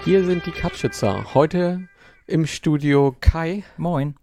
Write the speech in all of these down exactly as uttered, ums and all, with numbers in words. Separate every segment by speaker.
Speaker 1: Hier sind die Katschützer. Heute im Studio Kai,
Speaker 2: Moin.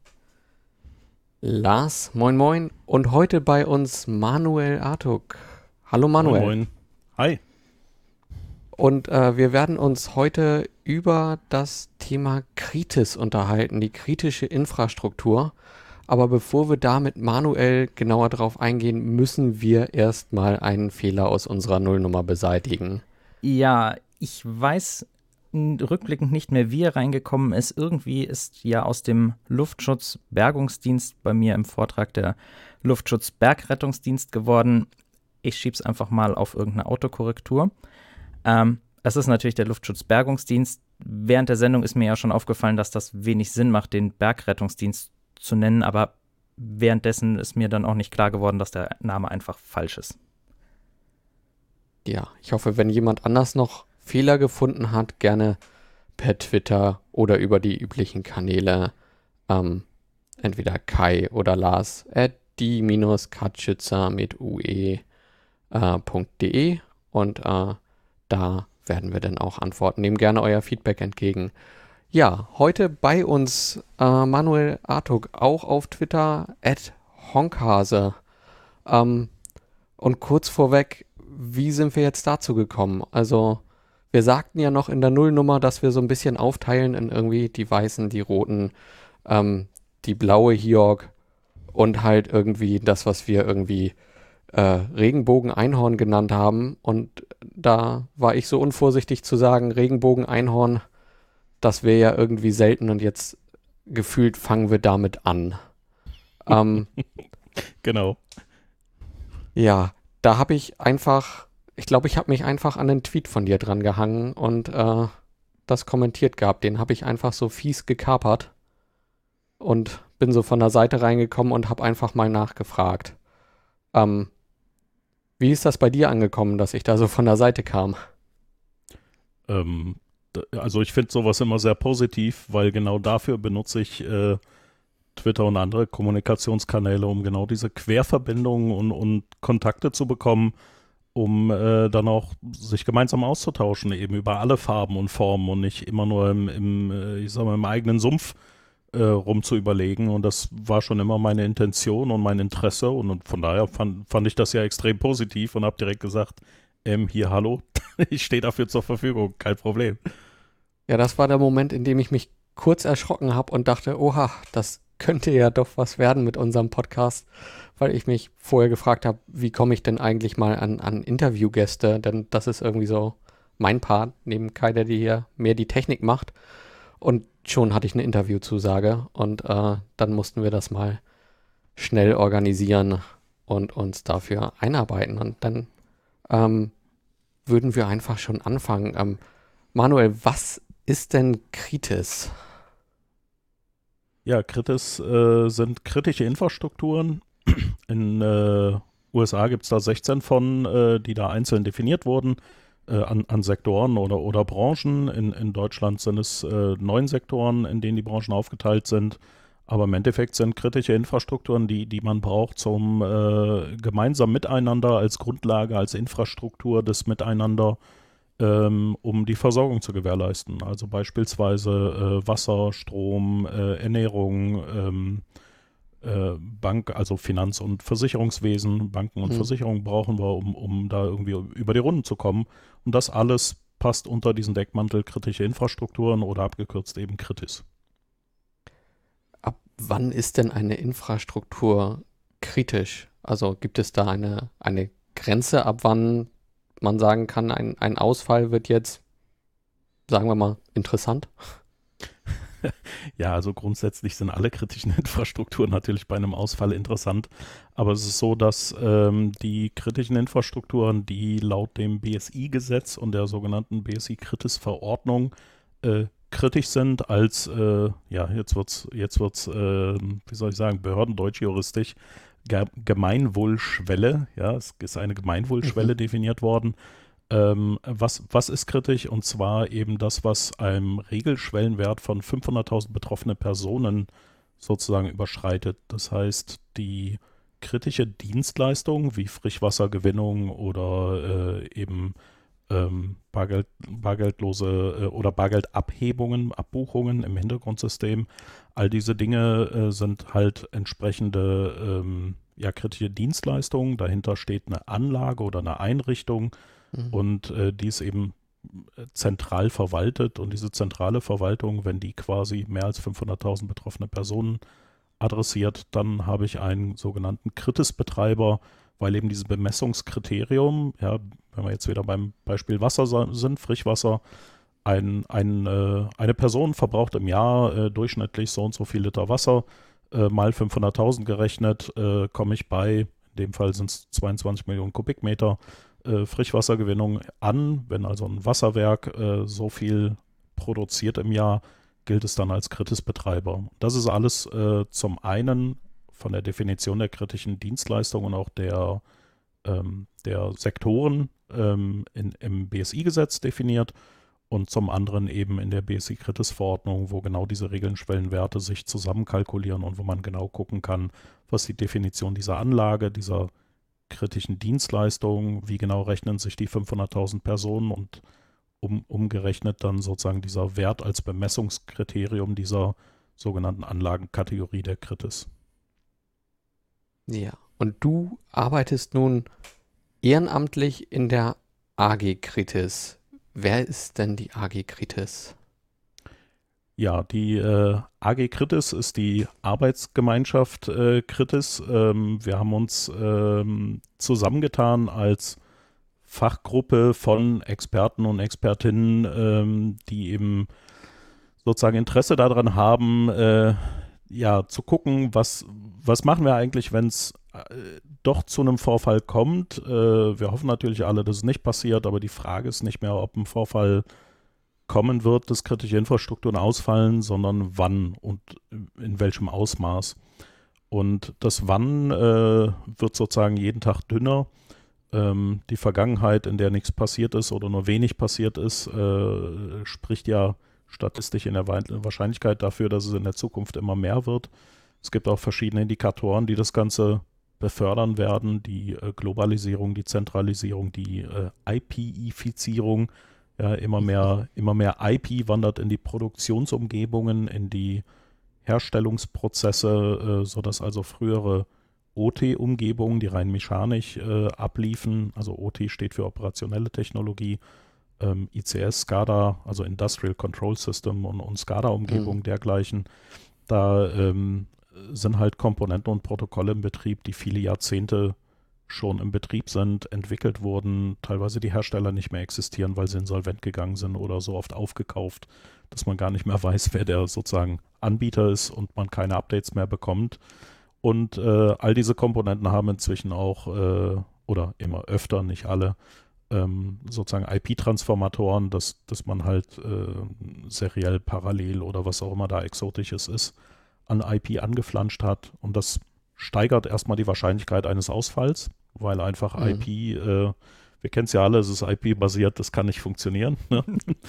Speaker 1: Lars, moin moin, und heute bei uns Manuel Artuk. Hallo Manuel.
Speaker 3: Moin, moin. Hi.
Speaker 1: Und äh, wir werden uns heute über das Thema Kritis unterhalten, die kritische Infrastruktur. Aber bevor wir da mit Manuel genauer drauf eingehen, müssen wir erstmal einen Fehler aus unserer Nullnummer beseitigen.
Speaker 2: Ja, ich weiß n- rückblickend nicht mehr, wie er reingekommen ist. Irgendwie ist ja aus dem Luftschutz-Bergungsdienst bei mir im Vortrag der Luftschutz-Bergrettungsdienst geworden. Ich schieb's einfach mal auf irgendeine Autokorrektur. Ähm, es ist natürlich der Luftschutz-Bergungsdienst. Während der Sendung ist mir ja schon aufgefallen, dass das wenig Sinn macht, den Bergrettungsdienst zu nennen, aber währenddessen ist mir dann auch nicht klar geworden, dass der Name einfach falsch ist.
Speaker 1: Ja, ich hoffe, wenn jemand anders noch Fehler gefunden hat, gerne per Twitter oder über die üblichen Kanäle, ähm, entweder Kai oder Lars, at die-katschützer mit ue äh, .de und äh, da werden wir dann auch antworten. Nehmen gerne euer Feedback entgegen. Ja, heute bei uns äh, Manuel Artuk, auch auf Twitter, at Honkhase. Ähm, und kurz vorweg, wie sind wir jetzt dazu gekommen? Also, wir sagten ja noch in der Nullnummer, dass wir so ein bisschen aufteilen in irgendwie die weißen, die roten, ähm, die blaue Hiorg und halt irgendwie das, was wir irgendwie äh, Regenbogen-Einhorn genannt haben. Und da war ich so unvorsichtig zu sagen, Regenbogen-Einhorn, das wäre ja irgendwie selten und jetzt gefühlt fangen wir damit an. Ähm,
Speaker 3: Genau.
Speaker 1: ja, da habe ich einfach, ich glaube, ich habe mich einfach an einen Tweet von dir dran gehangen und äh, das kommentiert gehabt. Den habe ich einfach so fies gekapert und bin so von der Seite reingekommen und habe einfach mal nachgefragt. Ähm, wie ist das bei dir angekommen, dass ich da so von der Seite kam?
Speaker 3: Ähm, d- also ich finde sowas immer sehr positiv, weil genau dafür benutze ich äh, Twitter und andere Kommunikationskanäle, um genau diese Querverbindungen und, und Kontakte zu bekommen, um äh, dann auch sich gemeinsam auszutauschen, eben über alle Farben und Formen und nicht immer nur im, im äh, ich sag mal, im eigenen Sumpf äh, rum zu überlegen. Und das war schon immer meine Intention und mein Interesse und, und von daher fand, fand ich das ja extrem positiv und habe direkt gesagt, ähm, hier, hallo, ich stehe dafür zur Verfügung, kein Problem.
Speaker 1: Ja, das war der Moment, in dem ich mich kurz erschrocken habe und dachte, oha, das könnte ja doch was werden mit unserem Podcast, weil ich mich vorher gefragt habe, wie komme ich denn eigentlich mal an, an Interviewgäste, denn das ist irgendwie so mein Part, neben Kai, der die hier mehr die Technik macht. Und schon hatte ich eine Interviewzusage und äh, dann mussten wir das mal schnell organisieren und uns dafür einarbeiten. Und dann ähm, würden wir einfach schon anfangen. Ähm, Manuel, was ist denn Kritis?
Speaker 3: Ja, Kritis äh, sind kritische Infrastrukturen. In äh, U S A gibt es da sechzehn von, äh, die da einzeln definiert wurden, äh, an, an Sektoren oder, oder Branchen. In, in Deutschland sind es äh, neun Sektoren, in denen die Branchen aufgeteilt sind. Aber im Endeffekt sind kritische Infrastrukturen, die, die man braucht zum äh, gemeinsamen Miteinander als Grundlage, als Infrastruktur des Miteinander, ähm, um die Versorgung zu gewährleisten. Also beispielsweise äh, Wasser, Strom, äh, Ernährung, ähm, äh, Bank, also Finanz- und Versicherungswesen, Banken und
Speaker 1: Hm.
Speaker 3: Versicherungen brauchen wir, um, um da irgendwie über die Runden zu kommen. Und das alles passt unter diesen Deckmantel kritische Infrastrukturen oder abgekürzt eben Kritis.
Speaker 1: Ab wann ist denn eine Infrastruktur kritisch? Also gibt es da eine, eine Grenze, ab wann man sagen kann, ein, ein Ausfall wird jetzt, sagen wir mal, interessant?
Speaker 3: Ja, also grundsätzlich sind alle kritischen Infrastrukturen natürlich bei einem Ausfall interessant. Aber es ist so, dass ähm, die kritischen Infrastrukturen, die laut dem B S I-Gesetz und der sogenannten B S I-Kritis-Verordnung äh, kritisch sind als, äh, ja, jetzt wird's, jetzt wird's, äh, wie soll ich sagen, behördendeutsch juristisch, Ge Gemeinwohlschwelle, ja, es ist eine Gemeinwohlschwelle
Speaker 1: Mhm.
Speaker 3: definiert worden. Ähm, was, was ist kritisch? Und zwar eben das, was einem Regelschwellenwert von fünfhunderttausend betroffene Personen sozusagen überschreitet. Das heißt, die kritische Dienstleistung wie Frischwassergewinnung oder äh, eben ähm, Bargeld, bargeldlose äh, oder Bargeldabhebungen, Abbuchungen im Hintergrundsystem. All diese Dinge äh, sind halt entsprechende ähm, ja, kritische Dienstleistungen. Dahinter steht eine Anlage oder eine Einrichtung
Speaker 1: Mhm.
Speaker 3: und äh, die ist eben zentral verwaltet. Und diese zentrale Verwaltung, wenn die quasi mehr als fünfhunderttausend betroffene Personen adressiert, dann habe ich einen sogenannten Kritis-Betreiber, weil eben dieses Bemessungskriterium, ja, wenn wir jetzt wieder beim Beispiel Wasser sind, Frischwasser, ein, ein, äh, eine Person verbraucht im Jahr äh, durchschnittlich so und so viel Liter Wasser, äh, mal fünfhunderttausend gerechnet, äh, komme ich bei, in dem Fall sind es zweiundzwanzig Millionen Kubikmeter äh, Frischwassergewinnung an. Wenn also ein Wasserwerk äh, so viel produziert im Jahr, gilt es dann als Kritis-Betreiber. Das ist alles äh, zum einen von der Definition der kritischen Dienstleistung und auch der, ähm, der Sektoren ähm, in, im B S I-Gesetz definiert und zum anderen eben in der B S I-Kritis-Verordnung, wo genau diese Regeln, Schwellenwerte sich zusammenkalkulieren und wo man genau gucken kann, was die Definition dieser Anlage, dieser kritischen Dienstleistung, wie genau rechnen sich die fünfhunderttausend Personen und um, umgerechnet dann sozusagen dieser Wert als Bemessungskriterium dieser sogenannten Anlagenkategorie der Kritis.
Speaker 1: Ja, und du arbeitest nun ehrenamtlich in der A G Kritis. Wer ist denn die A G Kritis?
Speaker 3: Ja, die äh, A G Kritis ist die Arbeitsgemeinschaft äh, Kritis. Ähm, wir haben uns ähm, zusammengetan als Fachgruppe von Experten und Expertinnen, ähm, die eben sozusagen Interesse daran haben, äh, ja, zu gucken, was, was machen wir eigentlich, wenn es äh, doch zu einem Vorfall kommt. Äh, wir hoffen natürlich alle, dass es nicht passiert, aber die Frage ist nicht mehr, ob ein Vorfall kommen wird, dass kritische Infrastrukturen ausfallen, sondern wann und in welchem Ausmaß. Und das Wann äh, wird sozusagen jeden Tag dünner. Ähm, die Vergangenheit, in der nichts passiert ist oder nur wenig passiert ist, äh, spricht ja statistisch in der Wahrscheinlichkeit dafür, dass es in der Zukunft immer mehr wird. Es gibt auch verschiedene Indikatoren, die das Ganze befördern werden. Die äh, Globalisierung, die Zentralisierung, die äh, I P-Ifizierung. Ja, immer mehr, immer mehr I P wandert in die Produktionsumgebungen, in die Herstellungsprozesse, äh, sodass also frühere O T-Umgebungen, die rein mechanisch äh, abliefen, also O T steht für operationelle Technologie, ähm, I C S, SCADA, also Industrial Control System und, und SCADA-Umgebung
Speaker 1: Mhm.
Speaker 3: dergleichen, da ähm, sind halt Komponenten und Protokolle im Betrieb, die viele Jahrzehnte schon im Betrieb sind, entwickelt wurden, teilweise die Hersteller nicht mehr existieren, weil sie insolvent gegangen sind oder so oft aufgekauft, dass man gar nicht mehr weiß, wer der sozusagen Anbieter ist und man keine Updates mehr bekommt. Und äh, all diese Komponenten haben inzwischen auch, äh, oder immer öfter, nicht alle, ähm, sozusagen I P-Transformatoren, dass, dass man halt äh, seriell parallel oder was auch immer da Exotisches ist, an I P angeflanscht hat. Und das steigert erstmal die Wahrscheinlichkeit eines Ausfalls, weil einfach
Speaker 1: Mhm.
Speaker 3: I P, äh, wir kennen es ja alle, es ist I P-basiert, das kann nicht funktionieren. Ne?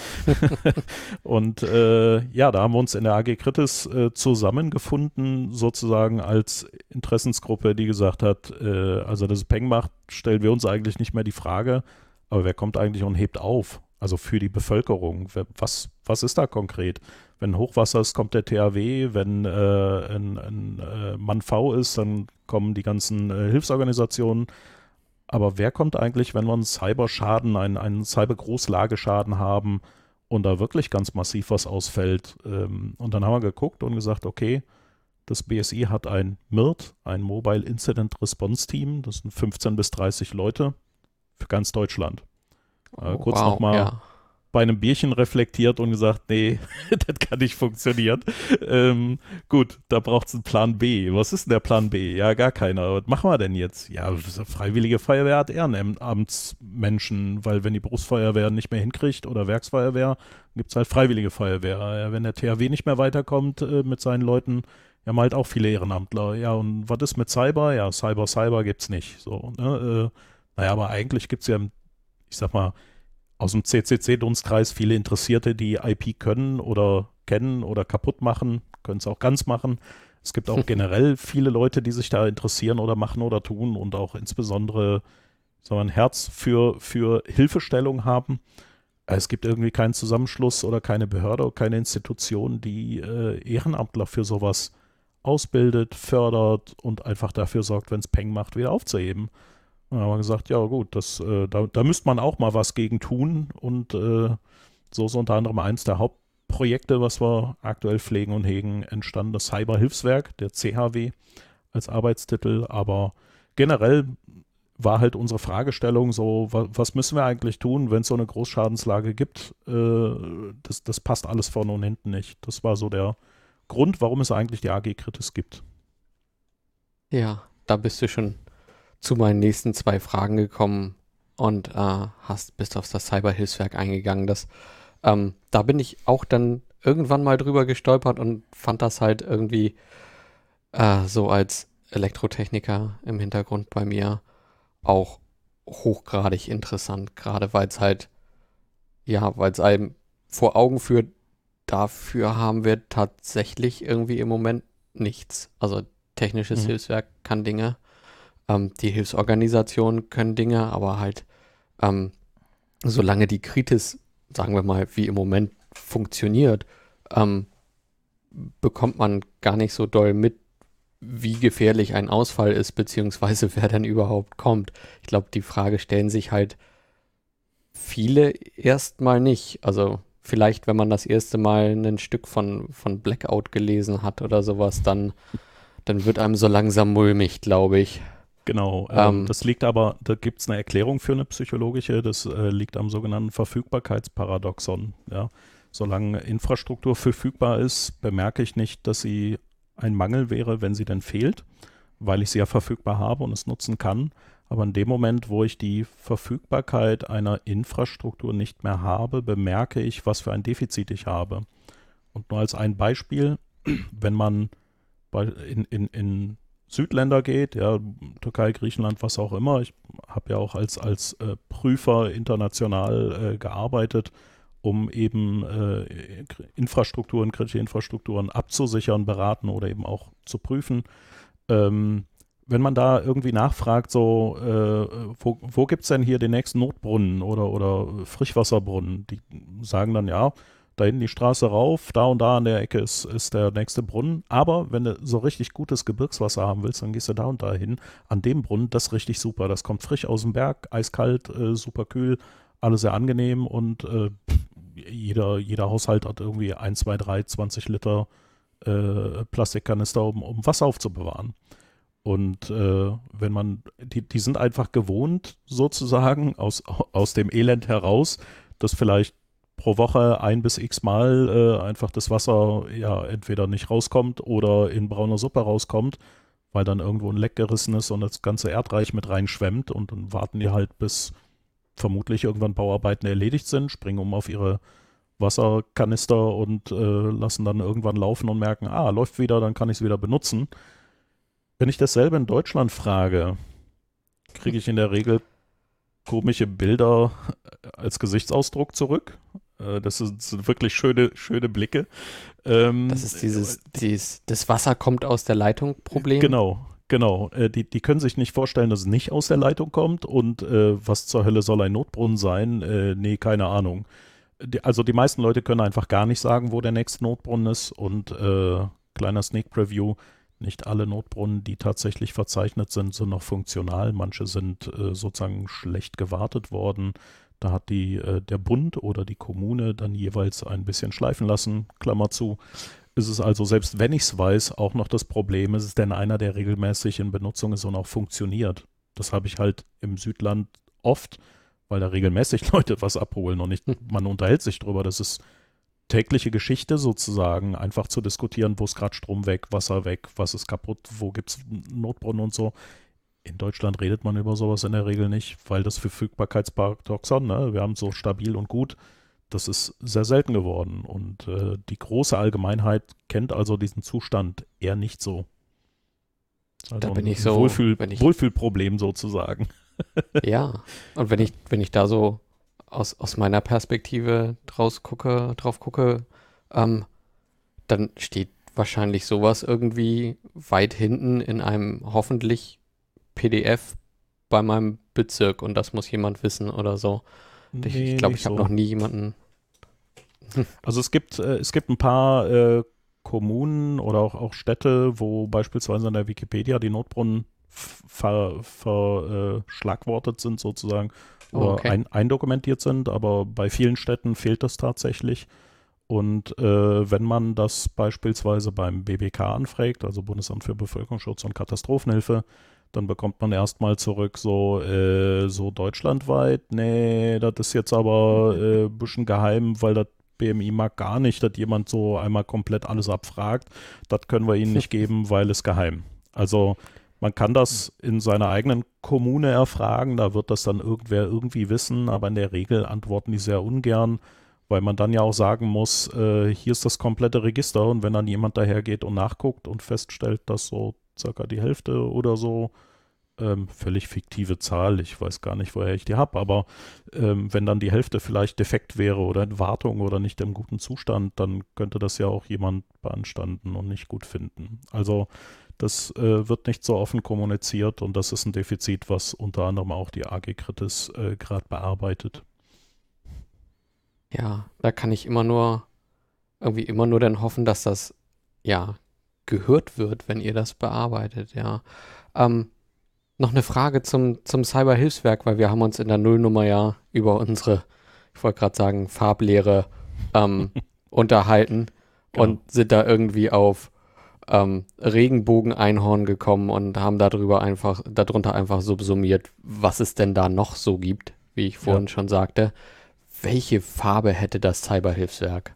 Speaker 3: Und äh, ja, da haben wir uns in der A G Kritis äh, zusammengefunden, sozusagen als Interessensgruppe, die gesagt hat, äh, also dass es Peng macht, stellen wir uns eigentlich nicht mehr die Frage, aber wer kommt eigentlich und hebt auf? Also für die Bevölkerung. Wer, was, was ist da konkret? Wenn Hochwasser ist, kommt der T H W. Wenn äh, ein, ein äh, Mann V ist, dann kommen die ganzen äh, Hilfsorganisationen. Aber wer kommt eigentlich, wenn wir einen Cyberschaden, einen, einen Cyber-Großlageschaden haben und da wirklich ganz massiv was ausfällt? Ähm, und dann haben wir geguckt und gesagt, okay, das B S I hat ein M I R T, ein Mobile Incident Response Team. Das sind fünfzehn bis dreißig Leute für ganz Deutschland. Äh,
Speaker 1: Oh,
Speaker 3: kurz
Speaker 1: wow,
Speaker 3: nochmal
Speaker 1: ja.
Speaker 3: bei einem Bierchen reflektiert und gesagt, nee, das kann nicht funktionieren. Ähm, gut, da braucht es einen Plan B. Was ist denn der Plan B? Ja, gar keiner. Was machen wir denn jetzt? Ja, Freiwillige Feuerwehr hat Ehrenamtsmenschen, weil wenn die Berufsfeuerwehr nicht mehr hinkriegt oder Werksfeuerwehr, gibt es halt Freiwillige Feuerwehr. Ja, wenn der T H W nicht mehr weiterkommt äh, mit seinen Leuten, ja, halt auch viele Ehrenamtler. Ja, und was ist mit Cyber? Ja, Cyber, Cyber gibt's nicht. So, ne? äh, naja, aber eigentlich gibt es ja, ich sag mal, aus dem C C C-Dunstkreis viele Interessierte, die I P können oder kennen oder kaputt machen, können es auch ganz machen. Es gibt auch generell viele Leute, die sich da interessieren oder machen oder tun und auch insbesondere sondern ein Herz für, für Hilfestellung haben. Es gibt irgendwie keinen Zusammenschluss oder keine Behörde oder keine Institution, die äh, Ehrenamtler für sowas ausbildet, fördert und einfach dafür sorgt, wenn es Peng macht, wieder aufzuheben. Und dann haben wir gesagt, ja gut, das, äh, da, da müsste man auch mal was gegen tun. Und äh, so ist unter anderem eins der Hauptprojekte, was wir aktuell pflegen und hegen, entstanden, das Cyberhilfswerk, der C H W als Arbeitstitel. Aber generell war halt unsere Fragestellung so, wa, was müssen wir eigentlich tun, wenn es so eine Großschadenslage gibt? Äh, das, das passt alles vorne und hinten nicht. Das war so der Grund, warum es eigentlich die A G Kritis gibt.
Speaker 1: Ja, da bist du schon zu meinen nächsten zwei Fragen gekommen und äh, hast bist auf das Cyberhilfswerk eingegangen. Das, ähm, da bin ich auch dann irgendwann mal drüber gestolpert und fand das halt irgendwie äh, so als Elektrotechniker im Hintergrund bei mir auch hochgradig interessant, gerade weil es halt, ja, weil es einem vor Augen führt, dafür haben wir tatsächlich irgendwie im Moment nichts. Also technisches
Speaker 3: Mhm.
Speaker 1: Hilfswerk kann Dinge, ähm, die Hilfsorganisationen können Dinge, aber halt, ähm, solange die Kritis, sagen wir mal, wie im Moment funktioniert, ähm, bekommt man gar nicht so doll mit, wie gefährlich ein Ausfall ist, beziehungsweise wer dann überhaupt kommt. Ich glaube, die Frage stellen sich halt viele erstmal nicht. Also vielleicht, wenn man das erste Mal ein Stück von, von Blackout gelesen hat oder sowas, dann, dann wird einem so langsam mulmig, glaube ich.
Speaker 3: Genau, ähm,
Speaker 1: Ähm,
Speaker 3: das liegt aber, da gibt es eine Erklärung für eine psychologische, das äh, liegt am sogenannten Verfügbarkeitsparadoxon. Ja. Solange Infrastruktur verfügbar ist, bemerke ich nicht, dass sie ein Mangel wäre, wenn sie denn fehlt, weil ich sie ja verfügbar habe und es nutzen kann. Aber in dem Moment, wo ich die Verfügbarkeit einer Infrastruktur nicht mehr habe, bemerke ich, was für ein Defizit ich habe. Und nur als ein Beispiel, wenn man bei, in, in, in Südländer geht, ja, Türkei, Griechenland, was auch immer. Ich habe ja auch als, als äh, Prüfer international äh, gearbeitet, um eben äh, Infrastrukturen, kritische Infrastrukturen abzusichern, beraten oder eben auch zu prüfen. Ähm, wenn man da irgendwie nachfragt, so, äh, wo, wo gibt es denn hier den nächsten Notbrunnen oder, oder Frischwasserbrunnen? Die sagen dann, ja, da hinten die Straße rauf, da und da an der Ecke ist, ist der nächste Brunnen. Aber wenn du so richtig gutes Gebirgswasser haben willst, dann gehst du da und da hin. An dem Brunnen, das ist richtig super. Das kommt frisch aus dem Berg, eiskalt, äh, super kühl, alles sehr angenehm und äh, jeder, jeder Haushalt hat irgendwie eins, zwei, drei, zwanzig Liter äh, Plastikkanister, um, um Wasser aufzubewahren. Und äh, wenn man, die, die sind einfach gewohnt, sozusagen, aus, aus dem Elend heraus, dass vielleicht pro Woche ein bis x Mal äh, einfach das Wasser ja entweder nicht rauskommt oder in brauner Suppe rauskommt, weil dann irgendwo ein Leck gerissen ist und das ganze Erdreich mit reinschwemmt und dann warten die halt, bis vermutlich irgendwann Bauarbeiten erledigt sind, springen um auf ihre Wasserkanister und äh, lassen dann irgendwann laufen und merken, ah, läuft wieder, dann kann ich es wieder benutzen. Wenn ich dasselbe in Deutschland frage, kriege ich in der Regel komische Bilder als Gesichtsausdruck zurück. Das sind, sind wirklich schöne, schöne Blicke. Ähm,
Speaker 1: das ist dieses, dieses, das Wasser kommt aus der Leitung Problem.
Speaker 3: Genau, genau. Die, die können sich nicht vorstellen, dass es nicht aus der Leitung kommt und äh, was zur Hölle soll ein Notbrunnen sein? Äh, nee, keine Ahnung. Die, also die meisten Leute können einfach gar nicht sagen, wo der nächste Notbrunnen ist und äh, kleiner Sneak Preview, nicht alle Notbrunnen, die tatsächlich verzeichnet sind, sind noch funktional. Manche sind äh, sozusagen schlecht gewartet worden. Da hat die, äh, der Bund oder die Kommune dann jeweils ein bisschen schleifen lassen, Klammer zu. Ist es also, selbst wenn ich es weiß, auch noch das Problem, ist es denn einer, der regelmäßig in Benutzung ist und auch funktioniert. Das habe ich halt im Südland oft, weil da regelmäßig Leute was abholen und nicht, man unterhält sich drüber. Das ist tägliche Geschichte sozusagen, einfach zu diskutieren, wo ist gerade Strom weg, Wasser weg, was ist kaputt, wo gibt es Notbrunnen und so. In Deutschland redet man über sowas in der Regel nicht, weil das Verfügbarkeitsparadoxon, ne, wir haben so stabil und gut, das ist sehr selten geworden und äh, die große Allgemeinheit kennt also diesen Zustand eher nicht so. Also
Speaker 1: Da bin
Speaker 3: ein
Speaker 1: ich so,
Speaker 3: Wohlfühl,
Speaker 1: wenn ich,
Speaker 3: Wohlfühlproblem sozusagen.
Speaker 1: ja, und wenn ich, wenn ich da so aus, aus meiner Perspektive draus gucke, drauf gucke, ähm, dann steht wahrscheinlich sowas irgendwie weit hinten in einem hoffentlich P D F bei meinem Bezirk und das muss jemand wissen oder so. Nee, ich glaube, ich habe so. noch nie jemanden.
Speaker 3: Also es gibt, äh, es gibt ein paar äh, Kommunen oder auch, auch Städte, wo beispielsweise in der Wikipedia die Notbrunnen verschlagwortet ver, äh, sind sozusagen oder oh, okay. ein, eindokumentiert sind, aber bei vielen Städten fehlt das tatsächlich. Und äh, wenn man das beispielsweise beim B B K anfragt, also Bundesamt für Bevölkerungsschutz und Katastrophenhilfe, dann bekommt man erstmal zurück so, äh, so deutschlandweit, nee, das ist jetzt aber ein äh, bisschen geheim, weil das B M I mag gar nicht, dass jemand so einmal komplett alles abfragt. Das können wir Ihnen nicht geben, weil es geheim. Also man kann das in seiner eigenen Kommune erfragen, da wird das dann irgendwer irgendwie wissen, aber in der Regel antworten die sehr ungern, weil man dann ja auch sagen muss, äh, hier ist das komplette Register und wenn dann jemand dahergeht und nachguckt und feststellt, dass so circa die Hälfte oder so, ähm, völlig fiktive Zahl, ich weiß gar nicht, woher ich die habe, aber ähm, wenn dann die Hälfte vielleicht defekt wäre oder in Wartung oder nicht im guten Zustand, dann könnte das ja auch jemand beanstanden und nicht gut finden. Also das äh, wird nicht so offen kommuniziert und das ist ein Defizit, was unter anderem auch die A G Kritis äh, gerade bearbeitet.
Speaker 1: Ja, da kann ich immer nur, irgendwie immer nur dann hoffen, dass das, ja, gehört wird, wenn ihr das bearbeitet, ja. Ähm, noch eine Frage zum, zum Cyberhilfswerk, weil wir haben uns in der Nullnummer ja über unsere, ich wollte gerade sagen, Farblehre ähm, unterhalten genau. und sind da irgendwie auf ähm, Regenbogen-Einhorn gekommen und haben darüber einfach, darunter einfach subsumiert, was es denn da noch so gibt, wie ich vorhin ja. schon sagte. Welche Farbe hätte das Cyberhilfswerk?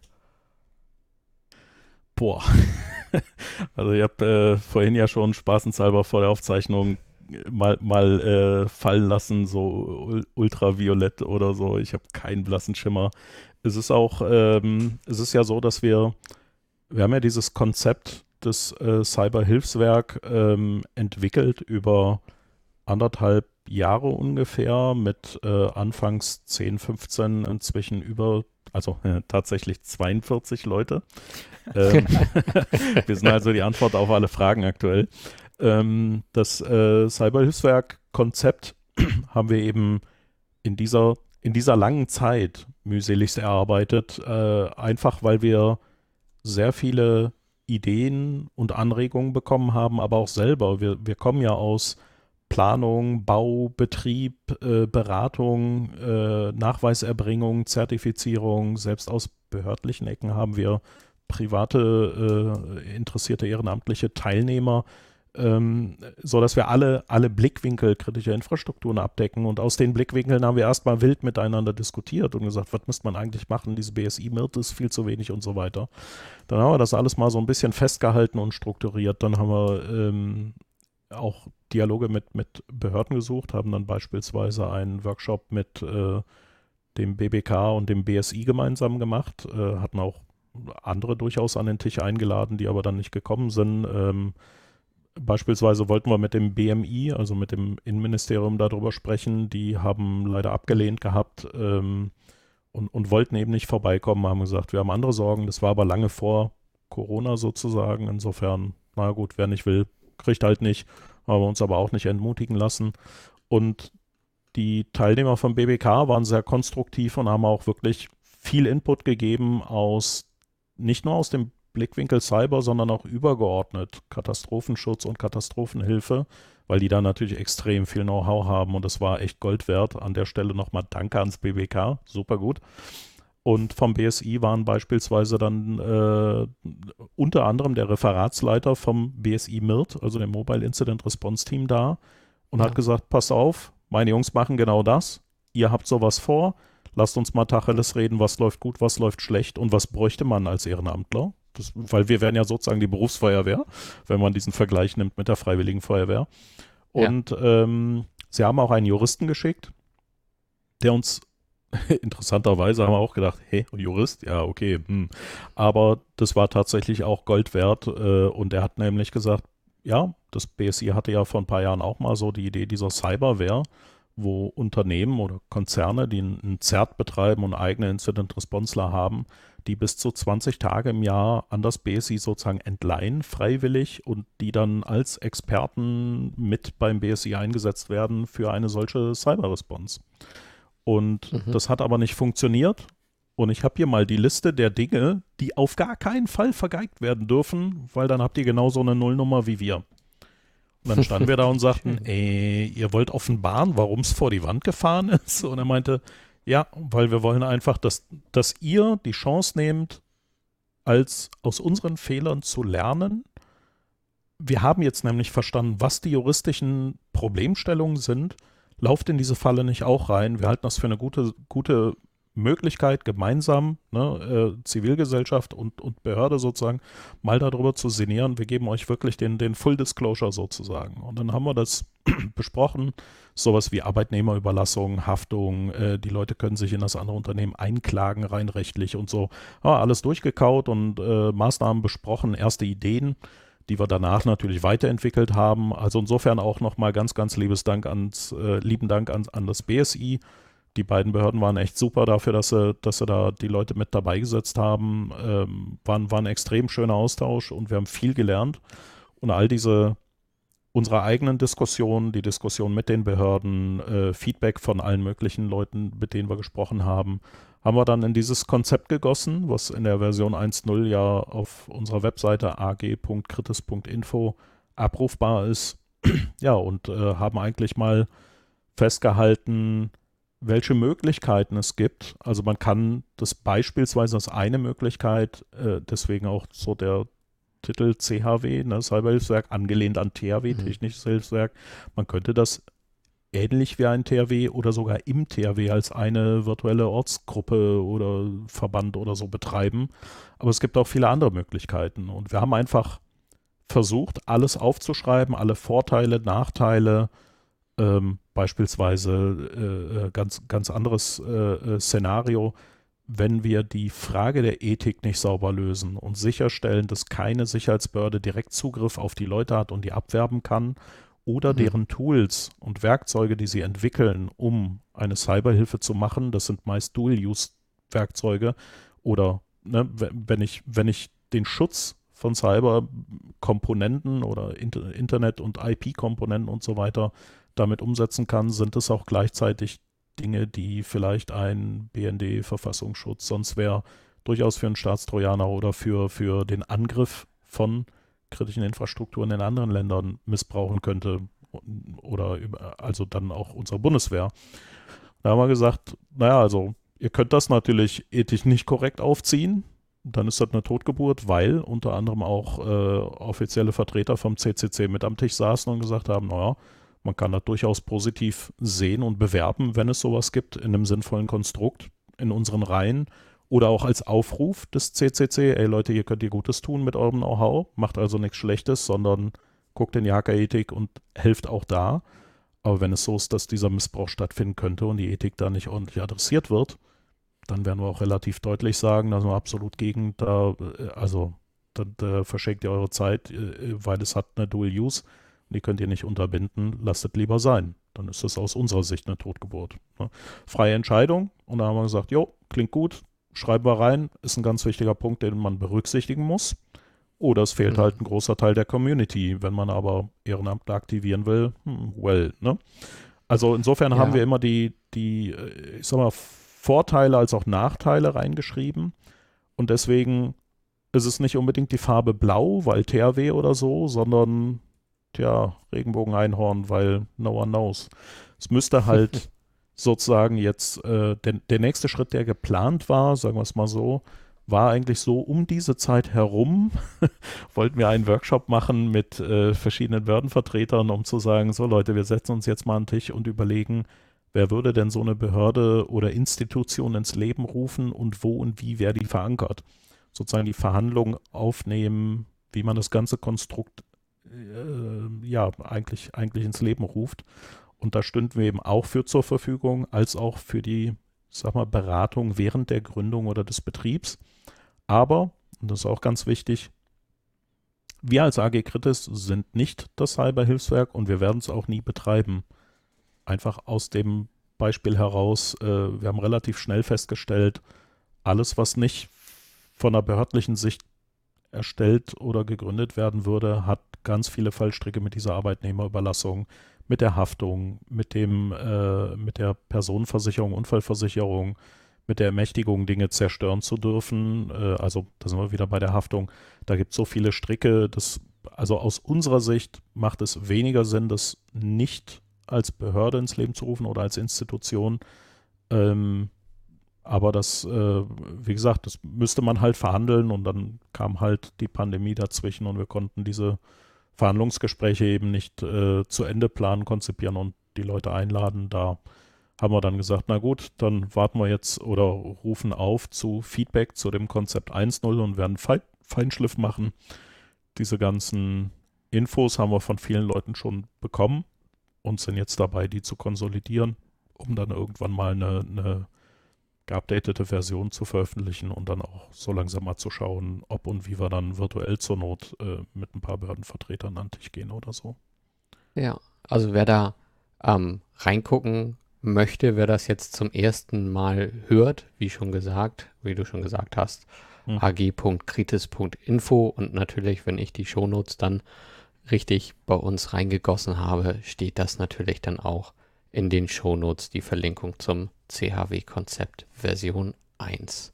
Speaker 3: Boah. Also ich habe äh, vorhin ja schon spaßenshalber vor der Aufzeichnung mal, mal äh, fallen lassen, so ultraviolett oder so. Ich habe keinen blassen Schimmer. Es ist auch, ähm, es ist ja so, dass wir, wir haben ja dieses Konzept des äh, Cyberhilfswerk ähm, entwickelt über anderthalb Jahre ungefähr mit äh, anfangs zehn, fünfzehn, inzwischen über, also äh, tatsächlich zweiundvierzig Leute. Ähm, wir sind also die Antwort auf alle Fragen aktuell. Ähm, das äh, Cyberhilfswerk-Konzept haben wir eben in dieser, in dieser langen Zeit mühseligst erarbeitet, äh, einfach weil wir sehr viele Ideen und Anregungen bekommen haben, aber auch selber. Wir, wir kommen ja aus Planung, Bau, Betrieb, äh, Beratung, äh, Nachweiserbringung, Zertifizierung. Selbst aus behördlichen Ecken haben wir private, äh, interessierte ehrenamtliche Teilnehmer, ähm, sodass wir alle, alle Blickwinkel kritischer Infrastrukturen abdecken. Und aus den Blickwinkeln haben wir erstmal wild miteinander diskutiert und gesagt, was müsste man eigentlich machen? Diese B S I-M I R T ist viel zu wenig und so weiter. Dann haben wir das alles mal so ein bisschen festgehalten und strukturiert. Dann haben wir ähm, auch Dialoge mit, mit Behörden gesucht, haben dann beispielsweise einen Workshop mit äh, dem B B K und dem B S I gemeinsam gemacht, äh, hatten auch andere durchaus an den Tisch eingeladen, die aber dann nicht gekommen sind. Ähm, beispielsweise wollten wir mit dem B M I, also mit dem Innenministerium, darüber sprechen. Die haben leider abgelehnt gehabt ähm, und, und wollten eben nicht vorbeikommen, haben gesagt, wir haben andere Sorgen. Das war aber lange vor Corona sozusagen. Insofern, na gut, wer nicht will, kriegt halt nicht. Haben wir uns aber auch nicht entmutigen lassen. Und die Teilnehmer vom B B K waren sehr konstruktiv und haben auch wirklich viel Input gegeben aus, nicht nur aus dem Blickwinkel Cyber, sondern auch übergeordnet Katastrophenschutz und Katastrophenhilfe, weil die da natürlich extrem viel Know-how haben und das war echt Gold wert. An der Stelle nochmal Danke ans B B K, super gut. Und vom B S I waren beispielsweise dann äh, unter anderem der Referatsleiter vom B S I-M I R T, also dem Mobile Incident Response Team, da und ja. hat gesagt, pass auf, meine Jungs machen genau das, ihr habt sowas vor, lasst uns mal Tacheles reden, was läuft gut, was läuft schlecht und was bräuchte man als Ehrenamtler. Das, weil wir wären ja sozusagen die Berufsfeuerwehr, wenn man diesen Vergleich nimmt mit der Freiwilligen Feuerwehr. Und ja. ähm, sie haben auch einen Juristen geschickt, der uns interessanterweise haben wir auch gedacht, hey, Jurist, ja, okay. Hm. Aber das war tatsächlich auch Gold wert. Äh, und er hat nämlich gesagt, ja, das B S I hatte ja vor ein paar Jahren auch mal so die Idee dieser Cyberware, wo Unternehmen oder Konzerne, die ein Z E R T betreiben und eigene Incident-Responsler haben, die bis zu zwanzig Tage im Jahr an das B S I sozusagen entleihen, freiwillig, und die dann als Experten mit beim B S I eingesetzt werden für eine solche Cyber-Response. Und
Speaker 1: Mhm.
Speaker 3: das hat aber nicht funktioniert. Und ich habe hier mal die Liste der Dinge, die auf gar keinen Fall vergeigt werden dürfen, weil dann habt ihr genauso eine Nullnummer wie wir. Und dann standen wir da und sagten, ey, ihr wollt offenbaren, warum es vor die Wand gefahren ist? Und er meinte, ja, weil wir wollen einfach, dass, dass ihr die Chance nehmt, als aus unseren Fehlern zu lernen. Wir haben jetzt nämlich verstanden, was die juristischen Problemstellungen sind. Lauft in diese Falle nicht auch rein. Wir halten das für eine gute, gute Möglichkeit, gemeinsam, ne, äh, Zivilgesellschaft und, und Behörde sozusagen, mal darüber zu sinnieren. Wir geben euch wirklich den, den Full Disclosure sozusagen. Und dann haben wir das besprochen, sowas wie Arbeitnehmerüberlassung, Haftung, äh, die Leute können sich in das andere Unternehmen einklagen, rein rechtlich und so. Ja, alles durchgekaut und äh, Maßnahmen besprochen, erste Ideen, die wir danach natürlich weiterentwickelt haben. Also insofern auch nochmal ganz, ganz liebes Dank ans, äh, lieben Dank an, an das B S I. Die beiden Behörden waren echt super dafür, dass sie, dass sie da die Leute mit dabei gesetzt haben. Ähm, war, war ein extrem schöner Austausch und wir haben viel gelernt. Und all diese, unsere eigenen Diskussionen, die Diskussion mit den Behörden, äh, Feedback von allen möglichen Leuten, mit denen wir gesprochen haben, haben wir dann in dieses Konzept gegossen, was in der Version eins Punkt null ja auf unserer Webseite a g punkt kritis punkt info abrufbar ist. Ja, und äh, haben eigentlich mal festgehalten, welche Möglichkeiten es gibt. Also man kann das beispielsweise als eine Möglichkeit, äh, deswegen auch so der Titel C H W, ne, Cyberhilfswerk, angelehnt an T H W,
Speaker 1: Mhm.
Speaker 3: Technisches Hilfswerk. Man könnte das ähnlich wie ein T H W oder sogar im T H W als eine virtuelle Ortsgruppe oder Verband oder so betreiben. Aber es gibt auch viele andere Möglichkeiten. Und wir haben einfach versucht, alles aufzuschreiben, alle Vorteile, Nachteile, ähm, beispielsweise äh, ganz, ganz anderes äh, Szenario, wenn wir die Frage der Ethik nicht sauber lösen und sicherstellen, dass keine Sicherheitsbehörde direkt Zugriff auf die Leute hat und die abwerben kann oder
Speaker 1: Mhm.
Speaker 3: deren Tools und Werkzeuge, die sie entwickeln, um eine Cyberhilfe zu machen, das sind meist Dual-Use-Werkzeuge oder ne, wenn ich, wenn ich den Schutz von Cyber-Komponenten oder Inter- Internet- und I P-Komponenten und so weiter damit umsetzen kann, sind es auch gleichzeitig Dinge, die vielleicht ein B N D-Verfassungsschutz sonst wäre, durchaus für einen Staatstrojaner oder für, für den Angriff von kritischen Infrastrukturen in anderen Ländern missbrauchen könnte oder über, also dann auch unsere Bundeswehr. Da haben wir gesagt, naja, also ihr könnt das natürlich ethisch nicht korrekt aufziehen, dann ist das eine Totgeburt, weil unter anderem auch äh, offizielle Vertreter vom C C C mit am Tisch saßen und gesagt haben, naja, man kann das durchaus positiv sehen und bewerben, wenn es sowas gibt, in einem sinnvollen Konstrukt in unseren Reihen oder auch als Aufruf des C C C, ey Leute, ihr könnt ihr Gutes tun mit eurem Know-how, macht also nichts Schlechtes, sondern guckt in die Hackerethik und helft auch da. Aber wenn es so ist, dass dieser Missbrauch stattfinden könnte und die Ethik da nicht ordentlich adressiert wird, dann werden wir auch relativ deutlich sagen, da sind wir absolut gegen, da, also da, da verschenkt ihr eure Zeit, weil es hat eine Dual Use. Die könnt ihr nicht unterbinden, lasst es lieber sein. Dann ist das aus unserer Sicht eine Totgeburt. Ne? Freie Entscheidung. Und da haben wir gesagt, jo, klingt gut, schreiben wir rein, ist ein ganz wichtiger Punkt, den man berücksichtigen muss. Oder es fehlt
Speaker 1: Mhm.
Speaker 3: halt ein großer Teil der Community. Wenn man aber Ehrenamt aktivieren will, hm, well, ne? Also insofern
Speaker 1: Ja.
Speaker 3: haben wir immer die, die, ich sag mal, Vorteile als auch Nachteile reingeschrieben. Und deswegen ist es nicht unbedingt die Farbe Blau, weil T H W oder so, sondern ja, Regenbogen-Einhorn, weil no one knows. Es müsste halt sozusagen jetzt, äh, der, der nächste Schritt, der geplant war, sagen wir es mal so, war eigentlich so um diese Zeit herum, wollten wir einen Workshop machen mit äh, verschiedenen Behördenvertretern, um zu sagen, so Leute, wir setzen uns jetzt mal an den Tisch und überlegen, wer würde denn so eine Behörde oder Institution ins Leben rufen und wo und wie wäre die verankert? Sozusagen die Verhandlungen aufnehmen, wie man das ganze Konstrukt äh, ja, eigentlich, eigentlich ins Leben ruft. Und da stünden wir eben auch für zur Verfügung, als auch für die, sag mal, Beratung während der Gründung oder des Betriebs. Aber, und das ist auch ganz wichtig, wir als A G Kritis sind nicht das Cyberhilfswerk und wir werden es auch nie betreiben. Einfach aus dem Beispiel heraus, äh, wir haben relativ schnell festgestellt, alles, was nicht von der behördlichen Sicht erstellt oder gegründet werden würde, hat ganz viele Fallstricke mit dieser Arbeitnehmerüberlassung, mit der Haftung, mit dem, äh, mit der Personenversicherung, Unfallversicherung, mit der Ermächtigung, Dinge zerstören zu dürfen. Äh, also da sind wir wieder bei der Haftung. Da gibt es so viele Stricke, dass, also aus unserer Sicht macht es weniger Sinn, das nicht als Behörde ins Leben zu rufen oder als Institution. Ähm, aber das, äh, wie gesagt, das müsste man halt verhandeln und dann kam halt die Pandemie dazwischen und wir konnten diese Verhandlungsgespräche eben nicht äh, zu Ende planen, konzipieren und die Leute einladen. Da haben wir dann gesagt, na gut, dann warten wir jetzt oder rufen auf zu Feedback zu dem Konzept eins Punkt null und werden Fe- Feinschliff machen. Diese ganzen Infos haben wir von vielen Leuten schon bekommen und sind jetzt dabei, die zu konsolidieren, um dann irgendwann mal eine, eine geupdatete Version zu veröffentlichen und dann auch so langsam mal zu schauen, ob und wie wir dann virtuell zur Not äh, mit ein paar Behördenvertretern an den Tisch gehen oder so.
Speaker 1: Ja, also wer da ähm, reingucken möchte, wer das jetzt zum ersten Mal hört, wie schon gesagt, wie du schon gesagt hast,
Speaker 3: Hm.
Speaker 1: a g punkt kritis punkt info und natürlich, wenn ich die Shownotes dann richtig bei uns reingegossen habe, steht das natürlich dann auch in den Shownotes, die Verlinkung zum C H W-Konzept Version eins.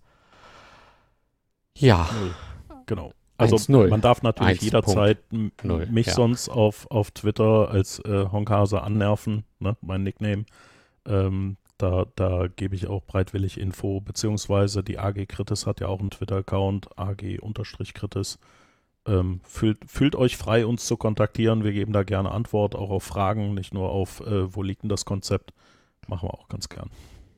Speaker 1: Ja,
Speaker 3: Null. Genau. Also
Speaker 1: eins null.
Speaker 3: man darf natürlich
Speaker 1: eins
Speaker 3: jederzeit m-
Speaker 1: null,
Speaker 3: mich
Speaker 1: ja.
Speaker 3: sonst auf, auf Twitter als äh, Honkhase annerven, ne, mein Nickname. Ähm, da, da gebe ich auch breitwillig Info, beziehungsweise die A G Kritis hat ja auch einen Twitter-Account, A G-Kritis. Ähm, fühlt, fühlt euch frei, uns zu kontaktieren. Wir geben da gerne Antwort, auch auf Fragen, nicht nur auf, äh, wo liegt denn das Konzept. Machen wir auch ganz gern.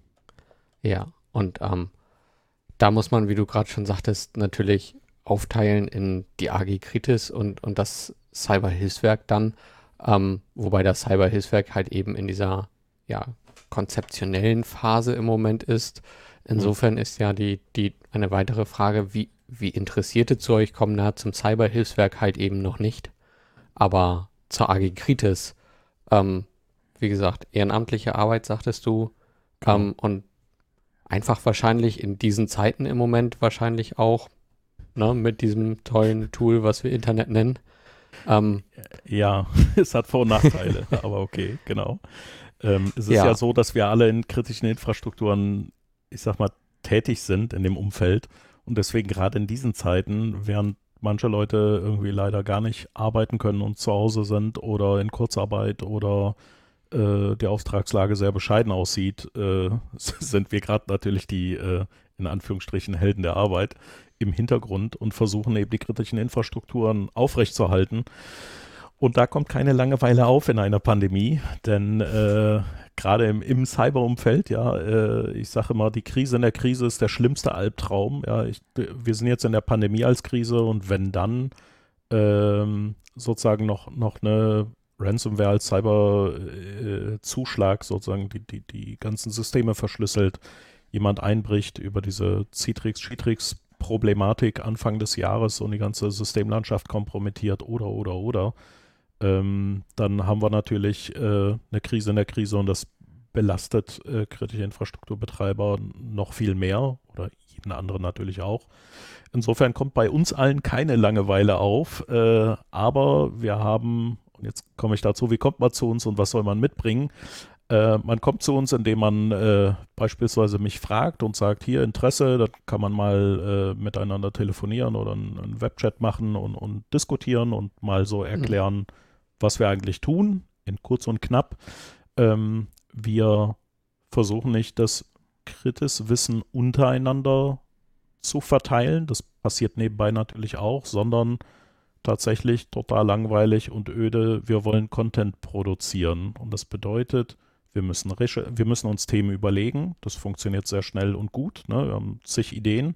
Speaker 1: Ja, und ähm, da muss man, wie du gerade schon sagtest, natürlich aufteilen in die A G Kritis und, und das Cyberhilfswerk dann, ähm, wobei das Cyberhilfswerk halt eben in dieser ja, konzeptionellen Phase im Moment ist. Insofern ist ja die, die eine weitere Frage, wie, wie Interessierte zu euch kommen, da zum Cyberhilfswerk halt eben noch nicht. Aber zur A G Kritis, ähm, wie gesagt, ehrenamtliche Arbeit, sagtest du,
Speaker 3: Genau.
Speaker 1: ähm, und einfach wahrscheinlich in diesen Zeiten im Moment wahrscheinlich auch, ne, mit diesem tollen Tool, was wir Internet nennen. Ähm,
Speaker 3: Ja, es hat Vor- und Nachteile, aber okay, genau. Ähm, es ist ja.
Speaker 1: Ja.
Speaker 3: so, dass wir alle in kritischen Infrastrukturen, ich sag mal, tätig sind in dem Umfeld und deswegen gerade in diesen Zeiten, während manche Leute irgendwie leider gar nicht arbeiten können und zu Hause sind oder in Kurzarbeit oder äh, die Auftragslage sehr bescheiden aussieht, äh, sind wir gerade natürlich die, äh, in Anführungsstrichen, Helden der Arbeit im Hintergrund und versuchen eben die kritischen Infrastrukturen aufrechtzuerhalten. Und da kommt keine Langeweile auf in einer Pandemie, denn äh, gerade im, im Cyberumfeld, ja, äh, ich sage immer, die Krise in der Krise ist der schlimmste Albtraum. Ja, ich, wir sind jetzt in der Pandemie als Krise und wenn dann ähm, sozusagen noch, noch eine Ransomware als Cyber-Zuschlag äh, sozusagen die, die, die ganzen Systeme verschlüsselt, jemand einbricht über diese Citrix-Problematik Anfang des Jahres und die ganze Systemlandschaft kompromittiert oder, oder, oder, ähm, dann haben wir natürlich äh, eine Krise in der Krise und das belastet äh, kritische Infrastrukturbetreiber noch viel mehr oder jeden anderen natürlich auch. Insofern kommt bei uns allen keine Langeweile auf, äh, aber wir haben, und jetzt komme ich dazu, wie kommt man zu uns und was soll man mitbringen? Äh, man kommt zu uns, indem man äh, beispielsweise mich fragt und sagt, hier Interesse, dann kann man mal äh, miteinander telefonieren oder einen, einen Webchat machen und, und diskutieren und mal so erklären, mhm. was wir eigentlich tun, in kurz und knapp. Ähm, wir versuchen nicht, das Kritis-Wissen untereinander zu verteilen, das passiert nebenbei natürlich auch, sondern tatsächlich total langweilig und öde, wir wollen Content produzieren und das bedeutet, wir müssen, wir müssen uns Themen überlegen, das funktioniert sehr schnell und gut, ne? Wir haben zig Ideen,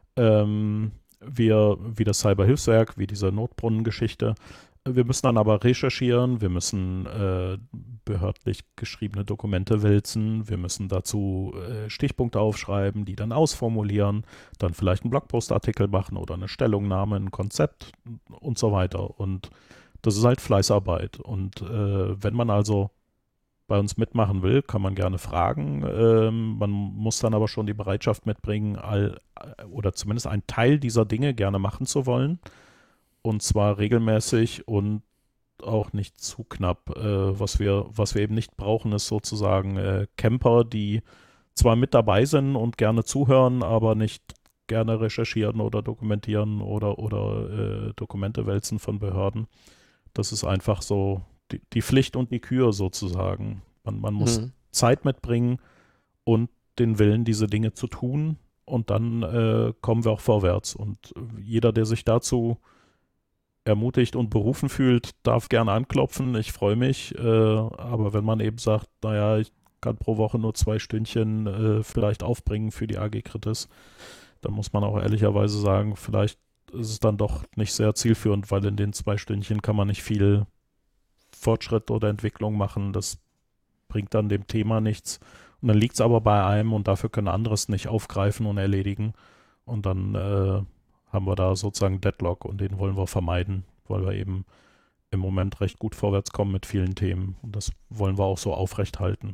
Speaker 3: ähm, wir, wie das Cyberhilfswerk, wie diese Notbrunnengeschichte, wir müssen dann aber recherchieren, wir müssen äh, behördlich geschriebene Dokumente wälzen, wir müssen dazu äh, Stichpunkte aufschreiben, die dann ausformulieren, dann vielleicht einen Blogpostartikel machen oder eine Stellungnahme, ein Konzept und so weiter. Und das ist halt Fleißarbeit. Und äh, wenn man also bei uns mitmachen will, kann man gerne fragen. Ähm, man muss dann aber schon die Bereitschaft mitbringen, all, oder zumindest einen Teil dieser Dinge gerne machen zu wollen. Und zwar regelmäßig und auch nicht zu knapp. Äh, was wir, was wir eben nicht brauchen, ist sozusagen äh, Camper, die zwar mit dabei sind und gerne zuhören, aber nicht gerne recherchieren oder dokumentieren oder, oder äh, Dokumente wälzen von Behörden. Das ist einfach so die, die Pflicht und die Kür sozusagen. Man, man muss
Speaker 1: Mhm.
Speaker 3: Zeit mitbringen und den Willen, diese Dinge zu tun, und dann äh, kommen wir auch vorwärts. Und jeder, der sich dazu ermutigt und berufen fühlt, darf gerne anklopfen. Ich freue mich. Äh, aber wenn man eben sagt, naja, ich kann pro Woche nur zwei Stündchen äh, vielleicht aufbringen für die A G Kritis, dann muss man auch ehrlicherweise sagen, vielleicht ist es dann doch nicht sehr zielführend, weil in den zwei Stündchen kann man nicht viel Fortschritt oder Entwicklung machen. Das bringt dann dem Thema nichts. Und dann liegt es aber bei einem und dafür können andere es nicht aufgreifen und erledigen. Und dann äh, haben wir da sozusagen Deadlock und den wollen wir vermeiden, weil wir eben im Moment recht gut vorwärts kommen mit vielen Themen. Und das wollen wir auch so aufrecht halten.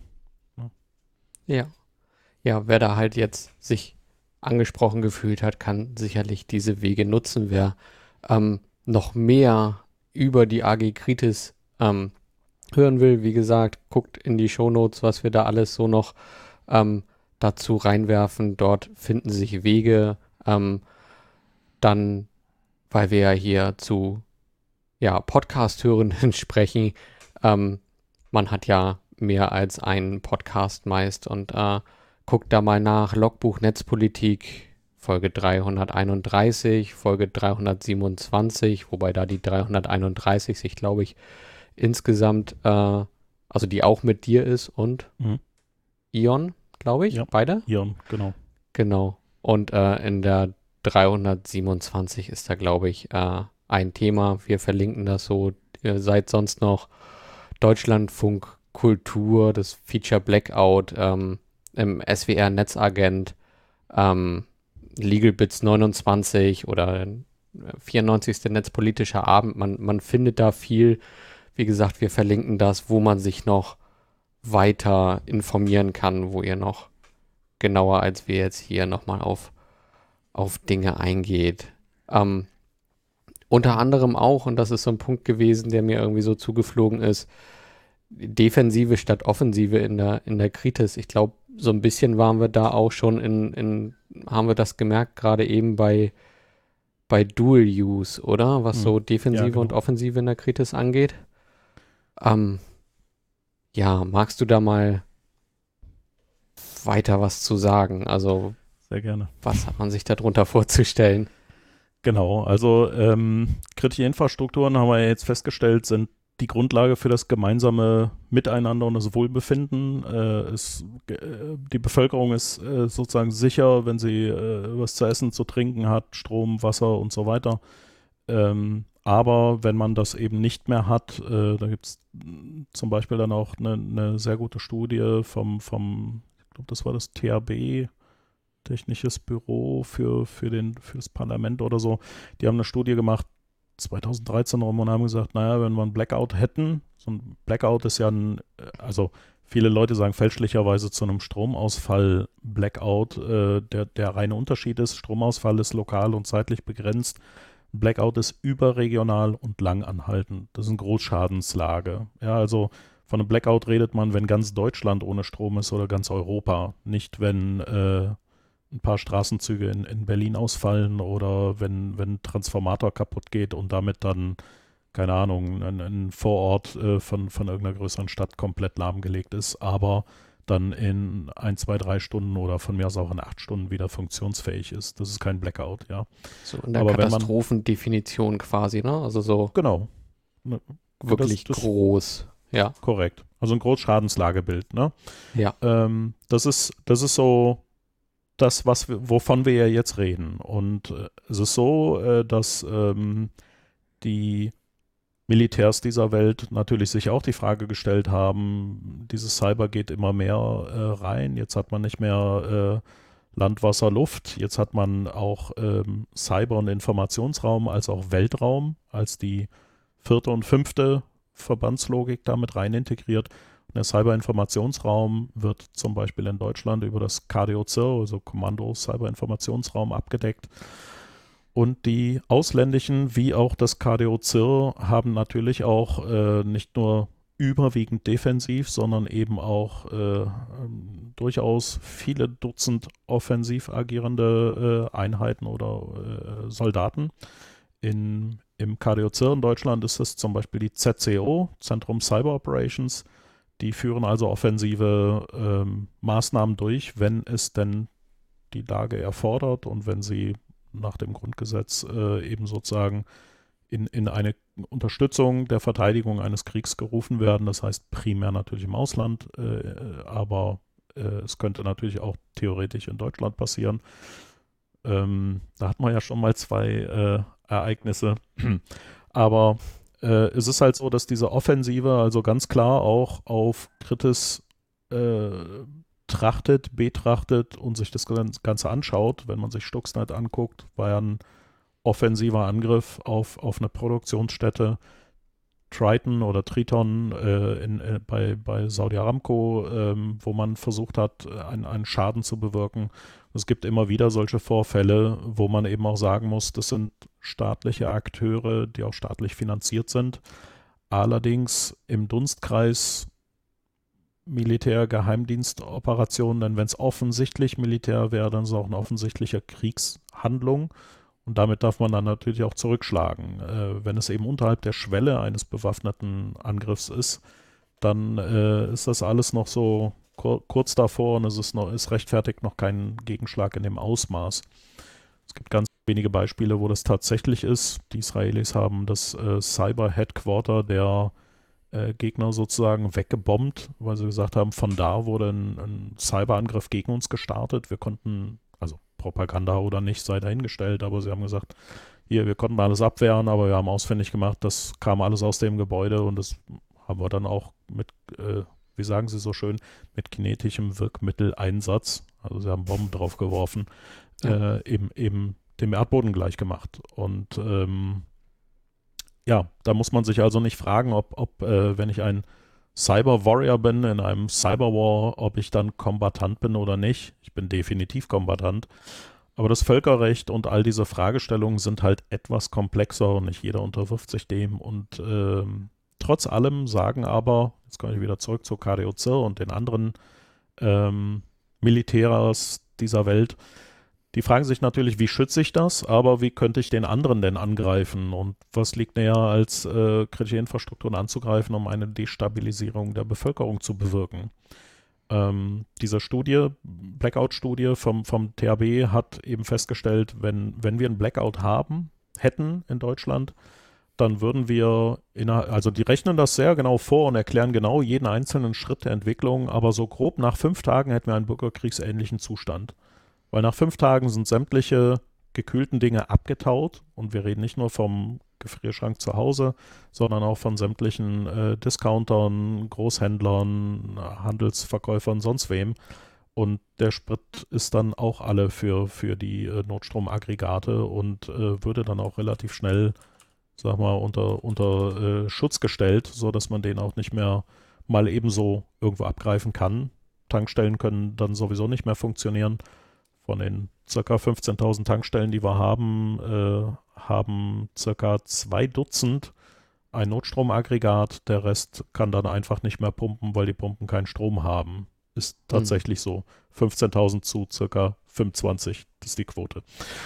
Speaker 1: Ja. Ja, wer da halt jetzt sich angesprochen gefühlt hat, kann sicherlich diese Wege nutzen. Wer ähm, noch mehr über die A G Kritis ähm, hören will, wie gesagt, guckt in die Shownotes, was wir da alles so noch ähm, dazu reinwerfen. Dort finden sich Wege. Ähm, dann, weil wir ja hier zu ja, Podcast-Hörenden sprechen, ähm, man hat ja mehr als einen Podcast meist und äh, guckt da mal nach. Logbuch Netzpolitik, Folge dreihunderteinunddreißig, Folge dreihundertsiebenundzwanzig, wobei da die dreihunderteinunddreißig sich, glaube ich, insgesamt, äh, also die auch mit dir ist und
Speaker 3: Mhm.
Speaker 1: Ion, glaube ich,
Speaker 3: Ja.
Speaker 1: beide?
Speaker 3: Ja, genau.
Speaker 1: Genau. Und äh, in der dreihundertsiebenundzwanzig ist da, glaube ich, äh, ein Thema. Wir verlinken das so. Ihr seid sonst noch Deutschlandfunk Kultur, das Feature Blackout, ähm, im S W R Netzagent, ähm, LegalBits neunundzwanzig oder vierundneunzigste Netzpolitischer Abend. Man, man findet da viel. Wie gesagt, wir verlinken das, wo man sich noch weiter informieren kann, wo ihr noch genauer als wir jetzt hier nochmal auf, auf Dinge eingeht. Ähm, unter anderem auch, und das ist so ein Punkt gewesen, der mir irgendwie so zugeflogen ist, Defensive statt Offensive in der, in der Kritis. Ich glaube, so ein bisschen waren wir da auch schon in, in haben wir das gemerkt, gerade eben bei, bei Dual Use, oder? Was
Speaker 3: Hm.
Speaker 1: so Defensive
Speaker 3: Ja, genau.
Speaker 1: und Offensive in der Kritis angeht. Ähm, ja, magst du da mal weiter was zu sagen? Also,
Speaker 3: Sehr gerne.
Speaker 1: was hat man sich darunter vorzustellen?
Speaker 3: Genau, also ähm, kritische Infrastrukturen, haben wir ja jetzt festgestellt, sind die Grundlage für das gemeinsame Miteinander und das Wohlbefinden. Äh, ist, äh, die Bevölkerung ist äh, sozusagen sicher, wenn sie äh, was zu essen, zu trinken hat, Strom, Wasser und so weiter. Ähm, aber wenn man das eben nicht mehr hat, äh, da gibt es zum Beispiel dann auch eine, eine sehr gute Studie vom, vom ich glaube, das war das T H B, Technisches Büro für, für, den, für das Parlament oder so. Die haben eine Studie gemacht, zweitausenddreizehn rum, und haben gesagt, naja, wenn wir einen Blackout hätten, so ein Blackout ist ja ein, also viele Leute sagen fälschlicherweise zu einem Stromausfall Blackout. Äh, der, der reine Unterschied ist, Stromausfall ist lokal und zeitlich begrenzt. Blackout ist überregional und langanhaltend. Das ist eine Großschadenslage. Ja, also von einem Blackout redet man, wenn ganz Deutschland ohne Strom ist oder ganz Europa. Nicht, wenn äh, ein paar Straßenzüge in, in Berlin ausfallen oder wenn, wenn ein Transformator kaputt geht und damit dann, keine Ahnung, ein, ein Vorort äh, von, von irgendeiner größeren Stadt komplett lahmgelegt ist, aber dann in ein, zwei, drei Stunden oder von mir aus auch in acht Stunden wieder funktionsfähig ist. Das ist kein Blackout, ja.
Speaker 1: So in der
Speaker 3: Aber wenn man-
Speaker 1: Katastrophendefinition quasi, ne? Also so
Speaker 3: Genau. Ne,
Speaker 1: wirklich
Speaker 3: das- das-
Speaker 1: groß. Ja,
Speaker 3: Korrekt. Also ein Großschadenslagebild, ne?
Speaker 1: ja.
Speaker 3: Ähm, das ist, das ist so das, was wir, wovon wir ja jetzt reden. Und äh, es ist so, äh, dass ähm, die Militärs dieser Welt natürlich sich auch die Frage gestellt haben, dieses Cyber geht immer mehr äh, rein. Jetzt hat man nicht mehr äh, Land, Wasser, Luft. Jetzt hat man auch ähm, Cyber- und Informationsraum als auch Weltraum als die vierte und fünfte Verbandslogik damit rein integriert. Der Cyberinformationsraum wird zum Beispiel in Deutschland über das K D O C I R, also Kommando Cyberinformationsraum, abgedeckt. Und die ausländischen wie auch das K D O C I R haben natürlich auch äh, nicht nur überwiegend defensiv, sondern eben auch äh, durchaus viele Dutzend offensiv agierende äh, Einheiten oder äh, Soldaten. In, Im K D O C I R in Deutschland ist es zum Beispiel die Z C O, Zentrum Cyber Operations. Die führen also offensive ähm, Maßnahmen durch, wenn es denn die Lage erfordert und wenn sie nach dem Grundgesetz äh, eben sozusagen in, in eine Unterstützung der Verteidigung eines Kriegs gerufen werden. Das heißt primär natürlich im Ausland, äh, aber äh, es könnte natürlich auch theoretisch in Deutschland passieren. Ähm, da hat man ja schon mal zwei äh, Ereignisse. Aber äh, es ist halt so, dass diese Offensive also ganz klar auch auf Kritis äh, trachtet, betrachtet und sich das Ganze anschaut. Wenn man sich Stuxnet anguckt, war ja ein offensiver Angriff auf, auf eine Produktionsstätte, Triton oder Triton äh, in, äh, bei, bei Saudi Aramco, ähm, wo man versucht hat, einen, einen Schaden zu bewirken. Es gibt immer wieder solche Vorfälle, wo man eben auch sagen muss, das sind staatliche Akteure, die auch staatlich finanziert sind. Allerdings im Dunstkreis Militär, Geheimdienstoperationen, denn wenn es offensichtlich Militär wäre, dann ist es auch eine offensichtliche Kriegshandlung. Und damit darf man dann natürlich auch zurückschlagen. Äh, wenn es eben unterhalb der Schwelle eines bewaffneten Angriffs ist, dann äh, ist das alles noch so kur kurz davor und es ist, noch, es rechtfertigt noch keinen Gegenschlag in dem Ausmaß. Es gibt ganz wenige Beispiele, wo das tatsächlich ist. Die Israelis haben das äh, Cyber-Headquarter der äh, Gegner sozusagen weggebombt, weil sie gesagt haben, von da wurde ein, ein Cyberangriff gegen uns gestartet. Wir konnten, also Propaganda oder nicht, sei dahingestellt, aber sie haben gesagt, hier, wir konnten alles abwehren, aber wir haben ausfindig gemacht, das kam alles aus dem Gebäude und das haben wir dann auch mit, äh, wie sagen sie so schön, mit kinetischem Wirkmitteleinsatz, also sie haben Bomben drauf geworfen, ja. äh, eben, eben dem Erdboden gleich gemacht. Und ähm, ja, da muss man sich also nicht fragen, ob, ob äh, wenn ich ein Cyber-Warrior bin in einem Cyberwar, ob ich dann Kombattant bin oder nicht. Ich bin definitiv Kombattant. Aber das Völkerrecht und all diese Fragestellungen sind halt etwas komplexer und nicht jeder unterwirft sich dem. Und ähm, trotz allem sagen aber, jetzt komme ich wieder zurück zu K D O C I R und den anderen ähm, Militärs dieser Welt, die fragen sich natürlich, wie schütze ich das, aber wie könnte ich den anderen denn angreifen und was liegt näher als äh, kritische Infrastrukturen anzugreifen, um eine Destabilisierung der Bevölkerung zu bewirken. Ähm, diese Studie, Blackout-Studie vom, vom T H B hat eben festgestellt, wenn, wenn wir einen Blackout haben, hätten in Deutschland, dann würden wir, in, also die rechnen das sehr genau vor und erklären genau jeden einzelnen Schritt der Entwicklung, aber so grob nach fünf Tagen hätten wir einen bürgerkriegsähnlichen Zustand. Weil nach fünf Tagen sind sämtliche gekühlten Dinge abgetaut und wir reden nicht nur vom Gefrierschrank zu Hause, sondern auch von sämtlichen äh, Discountern, Großhändlern, Handelsverkäufern, sonst wem. Und der Sprit ist dann auch alle für, für die äh, Notstromaggregate und äh, würde dann auch relativ schnell, sag mal, unter, unter äh, Schutz gestellt, sodass man den auch nicht mehr mal ebenso irgendwo abgreifen kann. Tankstellen können dann sowieso nicht mehr funktionieren. Von den ca. fünfzehntausend Tankstellen, die wir haben, äh, haben ca. zwei Dutzend ein Notstromaggregat. Der Rest kann dann einfach nicht mehr pumpen, weil die Pumpen keinen Strom haben. Ist tatsächlich mhm. so. fünfzehntausend zu ca. fünfundzwanzig, das ist die Quote.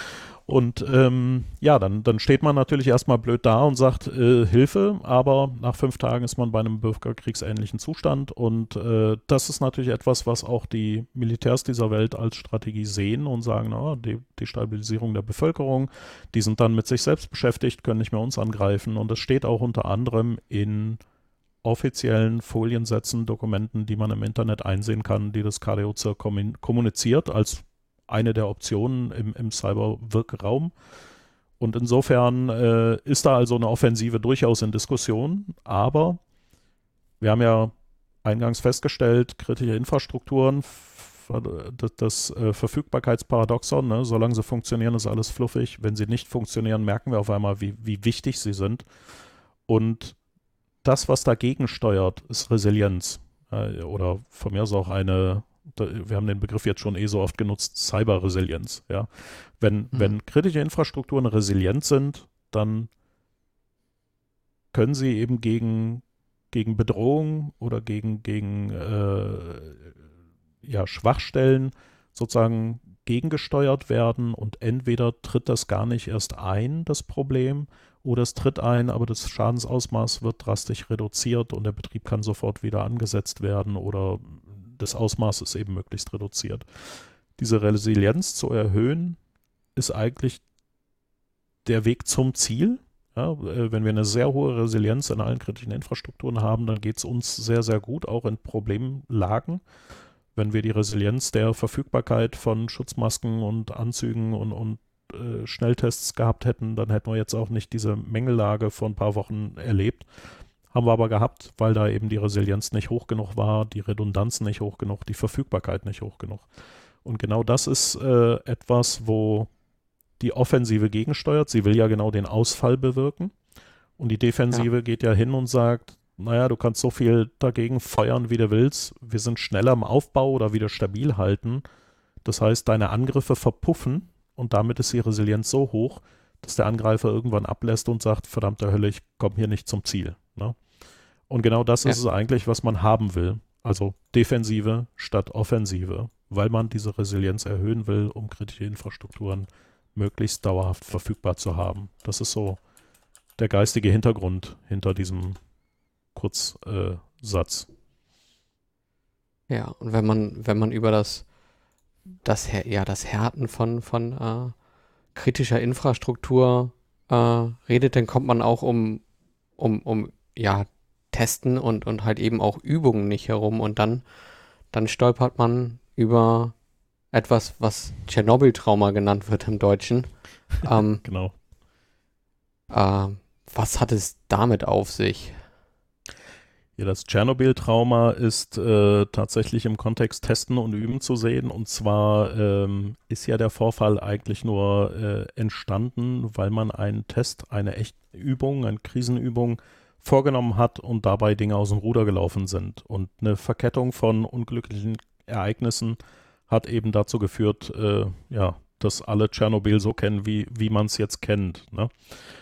Speaker 3: Und ähm, ja, dann, dann steht man natürlich erstmal blöd da und sagt äh, Hilfe, aber nach fünf Tagen ist man bei einem bürgerkriegsähnlichen Zustand und äh, das ist natürlich etwas, was auch die Militärs dieser Welt als Strategie sehen und sagen, na, die, die Stabilisierung der Bevölkerung, die sind dann mit sich selbst beschäftigt, können nicht mehr uns angreifen und das steht auch unter anderem in offiziellen Foliensätzen, Dokumenten, die man im Internet einsehen kann, die das K D O C I R kommuniziert als eine der Optionen im, im Cyber-Wirkraum. Und insofern äh, ist da also eine Offensive durchaus in Diskussion, aber wir haben ja eingangs festgestellt, kritische Infrastrukturen, das, das äh, Verfügbarkeitsparadoxon, ne? Solange sie funktionieren, ist alles fluffig. Wenn sie nicht funktionieren, merken wir auf einmal, wie, wie wichtig sie sind. Und das, was dagegen steuert, ist Resilienz. Äh, oder von mir aus auch eine, wir haben den Begriff jetzt schon eh so oft genutzt, Cyber-Resilienz. Ja? Wenn,
Speaker 1: Mhm.
Speaker 3: wenn kritische Infrastrukturen resilient sind, dann können sie eben gegen, gegen Bedrohung oder gegen, gegen äh, ja, Schwachstellen sozusagen gegengesteuert werden und entweder tritt das gar nicht erst ein, das Problem, oder es tritt ein, aber das Schadensausmaß wird drastisch reduziert und der Betrieb kann sofort wieder angesetzt werden oder das Ausmaß ist eben möglichst reduziert. Diese Resilienz zu erhöhen, ist eigentlich der Weg zum Ziel. Ja, wenn wir eine sehr hohe Resilienz in allen kritischen Infrastrukturen haben, dann geht es uns sehr, sehr gut, auch in Problemlagen. Wenn wir die Resilienz der Verfügbarkeit von Schutzmasken und Anzügen und, und äh, Schnelltests gehabt hätten, dann hätten wir jetzt auch nicht diese Mängellage vor ein paar Wochen erlebt. Haben wir aber gehabt, weil da eben die Resilienz nicht hoch genug war, die Redundanz nicht hoch genug, die Verfügbarkeit nicht hoch genug. Und genau das ist äh, etwas, wo die Offensive gegensteuert. Sie will ja genau den Ausfall bewirken. Und die Defensive ja. geht ja hin und sagt, naja, du kannst so viel dagegen feuern, wie du willst. Wir sind schneller im Aufbau oder wieder stabil halten. Das heißt, deine Angriffe verpuffen und damit ist die Resilienz so hoch, dass der Angreifer irgendwann ablässt und sagt, verdammte Hölle, ich komme hier nicht zum Ziel. Ne? Und genau das ja. ist es eigentlich, was man haben will. Also Defensive statt Offensive, weil man diese Resilienz erhöhen will, um kritische Infrastrukturen möglichst dauerhaft verfügbar zu haben. Das ist so der geistige Hintergrund hinter diesem Kurzsatz.
Speaker 1: Äh, ja, und wenn man, wenn man über das, das, ja, das Härten von, von äh, kritischer Infrastruktur äh, redet, dann kommt man auch um, um, um ja, Testen und, und halt eben auch Übungen nicht herum und dann, dann stolpert man über etwas, was Tschernobyl-Trauma genannt wird im Deutschen. ähm,
Speaker 3: genau.
Speaker 1: Äh, was hat es damit auf sich?
Speaker 3: Ja, das Tschernobyl-Trauma ist äh, tatsächlich im Kontext Testen und Üben zu sehen. Und zwar ähm, ist ja der Vorfall eigentlich nur äh, entstanden, weil man einen Test, eine echte Übung, eine Krisenübung vorgenommen hat und dabei Dinge aus dem Ruder gelaufen sind. Und eine Verkettung von unglücklichen Ereignissen hat eben dazu geführt, äh, ja, dass alle Tschernobyl so kennen, wie, wie man es jetzt kennt. Ne?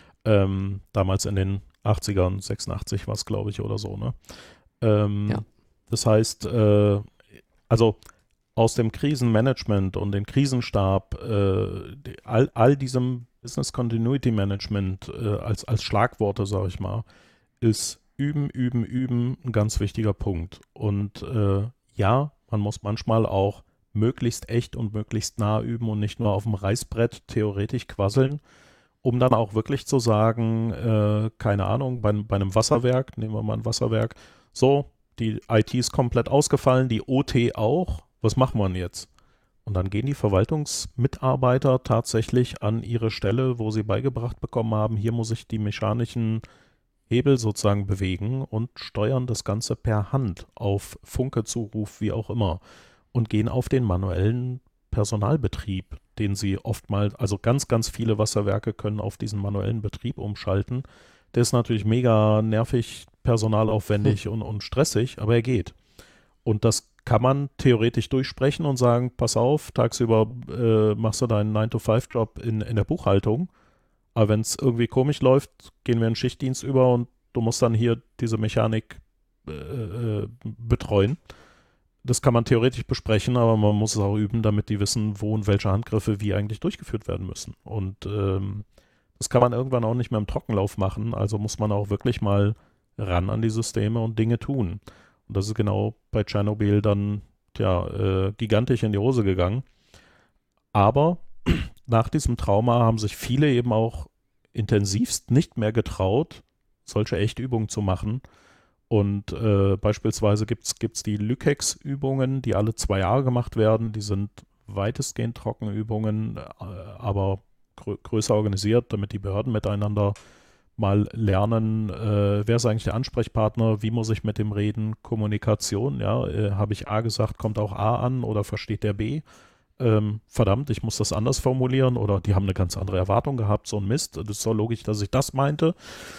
Speaker 3: Ähm, damals in den achtzigern, sechsundachtzig war es, glaube ich, oder so. Ne? Ähm, ja. Das heißt, äh, also aus dem Krisenmanagement und dem Krisenstab, äh, die, all, all diesem Business Continuity Management äh, als, als Schlagworte, sage ich mal, ist üben, üben, üben ein ganz wichtiger Punkt. Und äh, ja, man muss manchmal auch möglichst echt und möglichst nah üben und nicht nur auf dem Reißbrett theoretisch quasseln, um dann auch wirklich zu sagen, äh, keine Ahnung, bei, bei einem Wasserwerk, nehmen wir mal ein Wasserwerk, so, die I T ist komplett ausgefallen, die O T auch, was machen wir denn jetzt? Und dann gehen die Verwaltungsmitarbeiter tatsächlich an ihre Stelle, wo sie beigebracht bekommen haben, hier muss ich die mechanischen Hebel sozusagen bewegen und steuern das Ganze per Hand auf Funke-Zuruf, wie auch immer. Und gehen auf den manuellen Personalbetrieb, den sie oftmals, also ganz, ganz viele Wasserwerke können auf diesen manuellen Betrieb umschalten. Der ist natürlich mega nervig, personalaufwendig hm. und, und stressig, aber er geht. Und das kann man theoretisch durchsprechen und sagen, pass auf, tagsüber äh, machst du deinen nine to five Job in, in der Buchhaltung, aber wenn es irgendwie komisch läuft, gehen wir in den Schichtdienst über und du musst dann hier diese Mechanik äh, äh, betreuen. Das kann man theoretisch besprechen, aber man muss es auch üben, damit die wissen, wo und welche Handgriffe wie eigentlich durchgeführt werden müssen. Und ähm, das kann man irgendwann auch nicht mehr im Trockenlauf machen, also muss man auch wirklich mal ran an die Systeme und Dinge tun. Und das ist genau bei Tschernobyl dann ja, äh, gigantisch in die Hose gegangen. Aber nach diesem Trauma haben sich viele eben auch intensivst nicht mehr getraut, solche Echtübungen zu machen. Und äh, beispielsweise gibt es die Lykex-Übungen, die alle zwei Jahre gemacht werden. Die sind weitestgehend Trockenübungen, äh, aber grö größer organisiert, damit die Behörden miteinander mal lernen, äh, wer ist eigentlich der Ansprechpartner, wie muss ich mit dem reden, Kommunikation, ja, äh, habe ich A gesagt, kommt auch A an oder versteht der B? Ähm, verdammt, ich muss das anders formulieren oder die haben eine ganz andere Erwartung gehabt, so ein Mist, das ist so logisch, dass ich das meinte.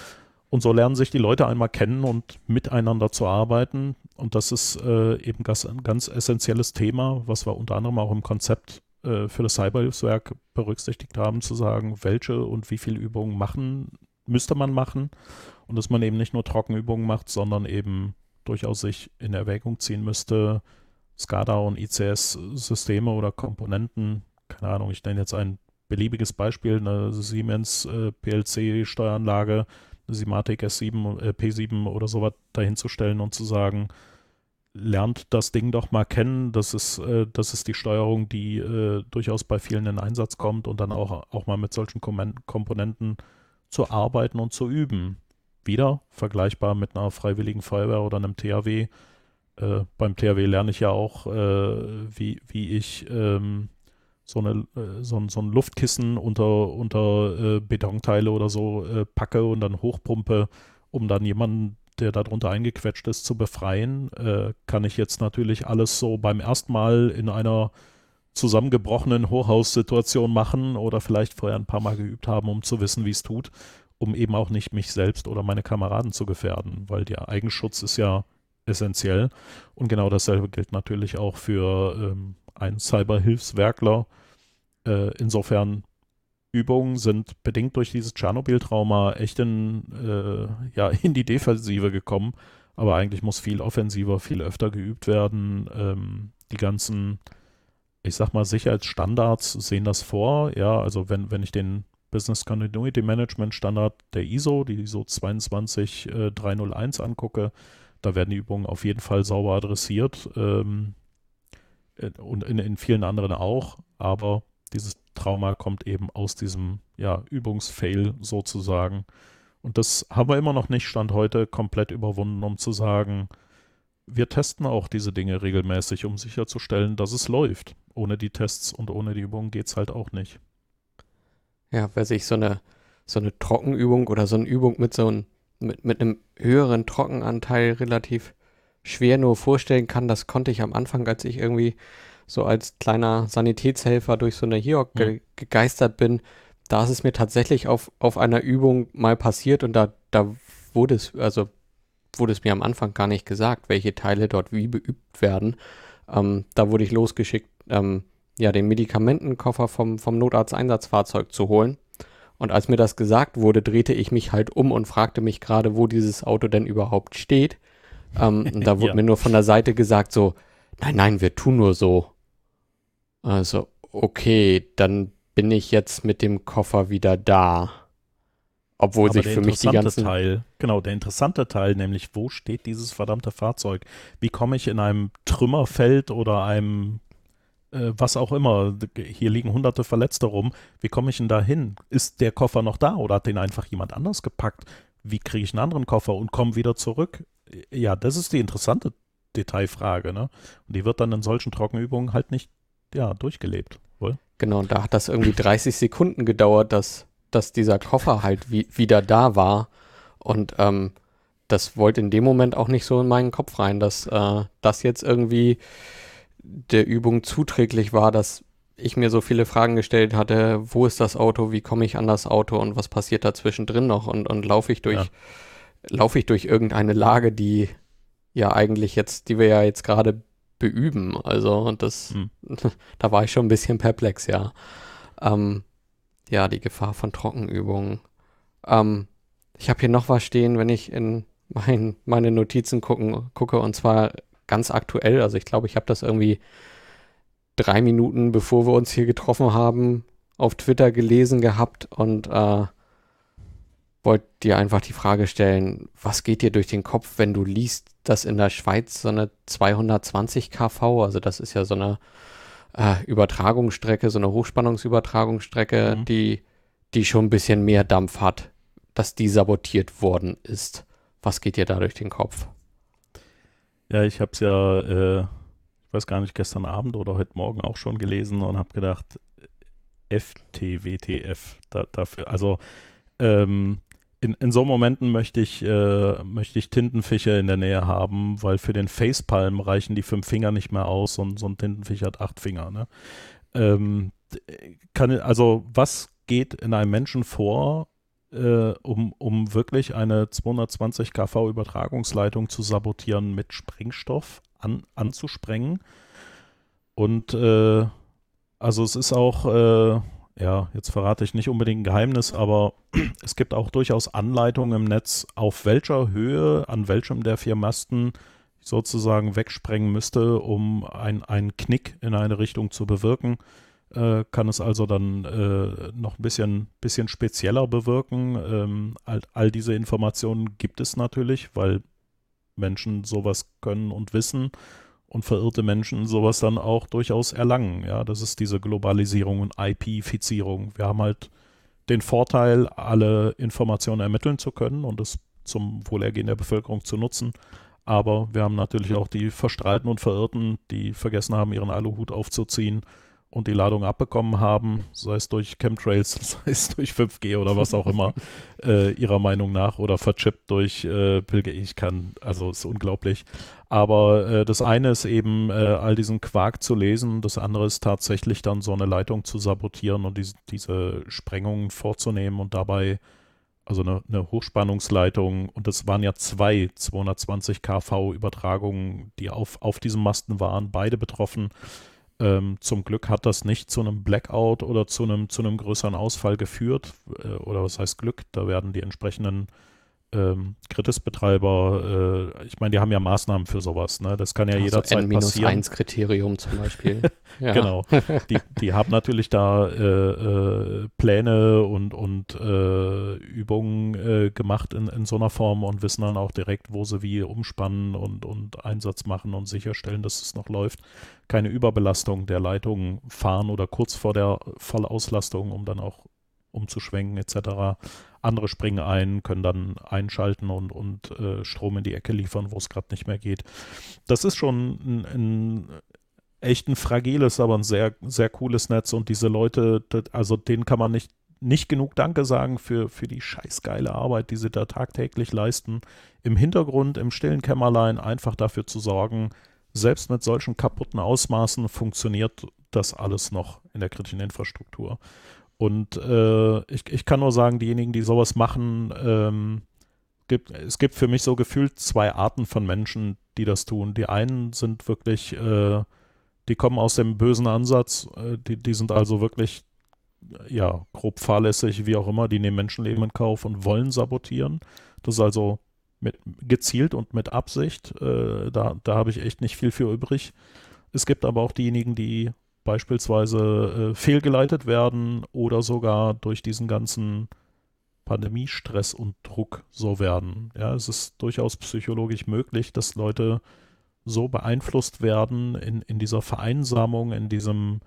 Speaker 3: Und so lernen sich die Leute einmal kennen und miteinander zu arbeiten. Und das ist äh, eben ganz, ein ganz essentielles Thema, was wir unter anderem auch im Konzept äh, für das Cyberhilfswerk berücksichtigt haben, zu sagen, welche und wie viele Übungen machen, müsste man machen. Und dass man eben nicht nur Trockenübungen macht, sondern eben durchaus sich in Erwägung ziehen müsste, SCADA und I C S-Systeme oder Komponenten, keine Ahnung, ich nenne jetzt ein beliebiges Beispiel, eine Siemens äh, P L C-Steueranlage, eine Simatic S sieben, äh, P sieben oder sowas dahinzustellen und zu sagen, lernt das Ding doch mal kennen, das ist, äh, das ist die Steuerung, die äh, durchaus bei vielen in Einsatz kommt und dann auch, auch mal mit solchen Kom- Komponenten zu arbeiten und zu üben. Wieder vergleichbar mit einer freiwilligen Feuerwehr oder einem T H W. Äh, beim T H W lerne ich ja auch, äh, wie, wie ich ähm, so, eine, äh, so, ein, so ein Luftkissen unter, unter äh, Betonteile oder so äh, packe und dann hochpumpe, um dann jemanden, der darunter eingequetscht ist, zu befreien. Äh, kann ich jetzt natürlich alles so beim ersten Mal in einer zusammengebrochenen Hochhaussituation machen oder vielleicht vorher ein paar Mal geübt haben, um zu wissen, wie es tut, um eben auch nicht mich selbst oder meine Kameraden zu gefährden, weil der Eigenschutz ist ja essentiell. Und genau dasselbe gilt natürlich auch für ähm, einen Cyberhilfswerkler. Äh, insofern Übungen sind bedingt durch dieses Tschernobyl-Trauma echt in, äh, ja, in die Defensive gekommen, aber eigentlich muss viel offensiver, viel öfter geübt werden. Ähm, die ganzen, ich sag mal, Sicherheitsstandards sehen das vor. Ja, also wenn, wenn ich den Business Continuity Management Standard der I S O, die I S O zwei zwei drei null eins angucke, da werden die Übungen auf jeden Fall sauber adressiert ähm, und in, in vielen anderen auch, aber dieses Trauma kommt eben aus diesem ja, Übungsfail sozusagen. Und das haben wir immer noch nicht, Stand heute, komplett überwunden, um zu sagen, wir testen auch diese Dinge regelmäßig, um sicherzustellen, dass es läuft. Ohne die Tests und ohne die Übungen geht es halt auch nicht.
Speaker 1: Ja, wer sich so eine, so eine Trockenübung oder so eine Übung mit so einem, mit, mit einem höheren Trockenanteil relativ schwer nur vorstellen kann, das konnte ich am Anfang, als ich irgendwie so als kleiner Sanitätshelfer durch so eine H I O C ge
Speaker 3: Mhm.
Speaker 1: gegeistert bin, da ist es mir tatsächlich auf, auf einer Übung mal passiert und da, da wurde es, also wurde es mir am Anfang gar nicht gesagt, welche Teile dort wie beübt werden. Ähm, da wurde ich losgeschickt, ähm, ja, den Medikamentenkoffer vom, vom Notarzteinsatzfahrzeug zu holen. Und als mir das gesagt wurde, drehte ich mich halt um und fragte mich gerade, wo dieses Auto denn überhaupt steht. Ähm, und da wurde
Speaker 3: Ja.
Speaker 1: mir nur von der Seite gesagt so, nein, nein, wir tun nur so. Also, okay, dann bin ich jetzt mit dem Koffer wieder da. Obwohl
Speaker 3: Aber
Speaker 1: sich
Speaker 3: der
Speaker 1: für mich die
Speaker 3: interessante
Speaker 1: ganzen...
Speaker 3: Teil, genau, der interessante Teil, nämlich wo steht dieses verdammte Fahrzeug? Wie komme ich in einem Trümmerfeld oder einem, äh, was auch immer, hier liegen hunderte Verletzte rum, wie komme ich denn da hin? Ist der Koffer noch da oder hat den einfach jemand anders gepackt? Wie kriege ich einen anderen Koffer und komme wieder zurück? Ja, das ist die interessante Detailfrage, ne? Und die wird dann in solchen Trockenübungen halt nicht, ja, durchgelebt, wohl?
Speaker 1: Genau, und da hat das irgendwie dreißig Sekunden gedauert, dass, dass dieser Koffer halt wie, wieder da war. Und ähm, das wollte in dem Moment auch nicht so in meinen Kopf rein, dass äh, das jetzt irgendwie der Übung zuträglich war, dass ich mir so viele Fragen gestellt hatte, wo ist das Auto, wie komme ich an das Auto und was passiert da zwischendrin noch und, und laufe ich durch,
Speaker 3: Ja.
Speaker 1: laufe ich durch irgendeine Lage, die ja eigentlich jetzt, die wir ja jetzt gerade beüben. Also das,
Speaker 3: Hm.
Speaker 1: da war ich schon ein bisschen perplex, ja. Ähm, ja, die Gefahr von Trockenübungen. Ähm, ich habe hier noch was stehen, wenn ich in mein, meine Notizen gucken, gucke, und zwar ganz aktuell. Also ich glaube, ich habe das irgendwie drei Minuten, bevor wir uns hier getroffen haben, auf Twitter gelesen gehabt und äh, wollte dir einfach die Frage stellen, was geht dir durch den Kopf, wenn du liest, dass in der Schweiz so eine zweihundertzwanzig Kilovolt, also das ist ja so eine äh, Übertragungsstrecke, so eine Hochspannungsübertragungsstrecke,
Speaker 3: Mhm.
Speaker 1: die, die schon ein bisschen mehr Dampf hat, dass die sabotiert worden ist. Was geht dir da durch den Kopf?
Speaker 3: Ja, ich habe es ja, äh, ich weiß gar nicht, gestern Abend oder heute Morgen auch schon gelesen und habe gedacht, F T W T F da, dafür. Also ähm, in, in so Momenten möchte ich, äh, möchte ich Tintenfische in der Nähe haben, weil für den Facepalm reichen die fünf Finger nicht mehr aus und so ein Tintenfisch hat acht Finger. Ne? Ähm, kann, also was geht in einem Menschen vor, äh, um, um wirklich eine zweihundertzwanzig Kilovolt Übertragungsleitung zu sabotieren mit Sprengstoff an, anzusprengen. Und äh, also es ist auch, äh, ja, jetzt verrate ich nicht unbedingt ein Geheimnis, aber es gibt auch durchaus Anleitungen im Netz, auf welcher Höhe, an welchem der vier Masten ich sozusagen wegsprengen müsste, um ein, einen Knick in eine Richtung zu bewirken. Äh, kann es also dann äh, noch ein bisschen, bisschen spezieller bewirken. Ähm, all, all diese Informationen gibt es natürlich, weil Menschen sowas können und wissen und verirrte Menschen sowas dann auch durchaus erlangen. Ja, das ist diese Globalisierung und I P-Fizierung. Wir haben halt den Vorteil, alle Informationen ermitteln zu können und es zum Wohlergehen der Bevölkerung zu nutzen. Aber wir haben natürlich auch die Verstrahlten und Verirrten, die vergessen haben, ihren Aluhut aufzuziehen und die Ladung abbekommen haben, sei es durch Chemtrails, sei es durch fünf G oder was auch immer, äh, ihrer Meinung nach, oder verchippt durch äh, Bill Gates. Ich kann, also ist unglaublich. Aber äh, das eine ist eben, äh, all diesen Quark zu lesen, das andere ist tatsächlich dann so eine Leitung zu sabotieren und diese, diese Sprengungen vorzunehmen und dabei, also eine, eine Hochspannungsleitung, und das waren ja zwei zweihundertzwanzig Kilovolt Übertragungen, die auf, auf diesem Masten waren, beide betroffen. Ähm, zum Glück hat das nicht zu einem Blackout oder zu einem, zu einem größeren Ausfall geführt. Äh, oder was heißt Glück? Da werden die entsprechenden ähm, Kritis-Betreiber, äh, ich meine, die haben ja Maßnahmen für sowas. Ne? Das kann ja
Speaker 1: also
Speaker 3: jederzeit
Speaker 1: N minus
Speaker 3: passieren.
Speaker 1: eins Kriterium zum Beispiel. Ja.
Speaker 3: Genau. Die, die haben natürlich da äh, äh, Pläne und, und äh, Übungen äh, gemacht in, in so einer Form und wissen dann auch direkt, wo sie wie umspannen und, und Einsatz machen und sicherstellen, dass es noch läuft. Keine Überbelastung der Leitungen fahren oder kurz vor der Vollauslastung, um dann auch umzuschwenken et cetera. Andere springen ein, können dann einschalten und, und äh, Strom in die Ecke liefern, wo es gerade nicht mehr geht. Das ist schon ein, ein echt ein fragiles, aber ein sehr, sehr cooles Netz, und diese Leute, das, also denen kann man nicht, nicht genug Danke sagen für, für die scheißgeile Arbeit, die sie da tagtäglich leisten, im Hintergrund, im stillen Kämmerlein einfach dafür zu sorgen, selbst mit solchen kaputten Ausmaßen funktioniert das alles noch in der kritischen Infrastruktur. Und äh, ich, ich kann nur sagen, diejenigen, die sowas machen, ähm, gibt, es gibt für mich so gefühlt zwei Arten von Menschen, die das tun. Die einen sind wirklich, äh, die kommen aus dem bösen Ansatz, äh, die, die sind also wirklich, ja, grob fahrlässig, wie auch immer, die nehmen Menschenleben in Kauf und wollen sabotieren. Das ist also mit, gezielt und mit Absicht. Äh, da da habe ich echt nicht viel für übrig. Es gibt aber auch diejenigen, die beispielsweise äh, fehlgeleitet werden oder sogar durch diesen ganzen Pandemiestress und Druck so werden. Ja, es ist durchaus psychologisch möglich, dass Leute so beeinflusst werden in, in dieser Vereinsamung, in diesem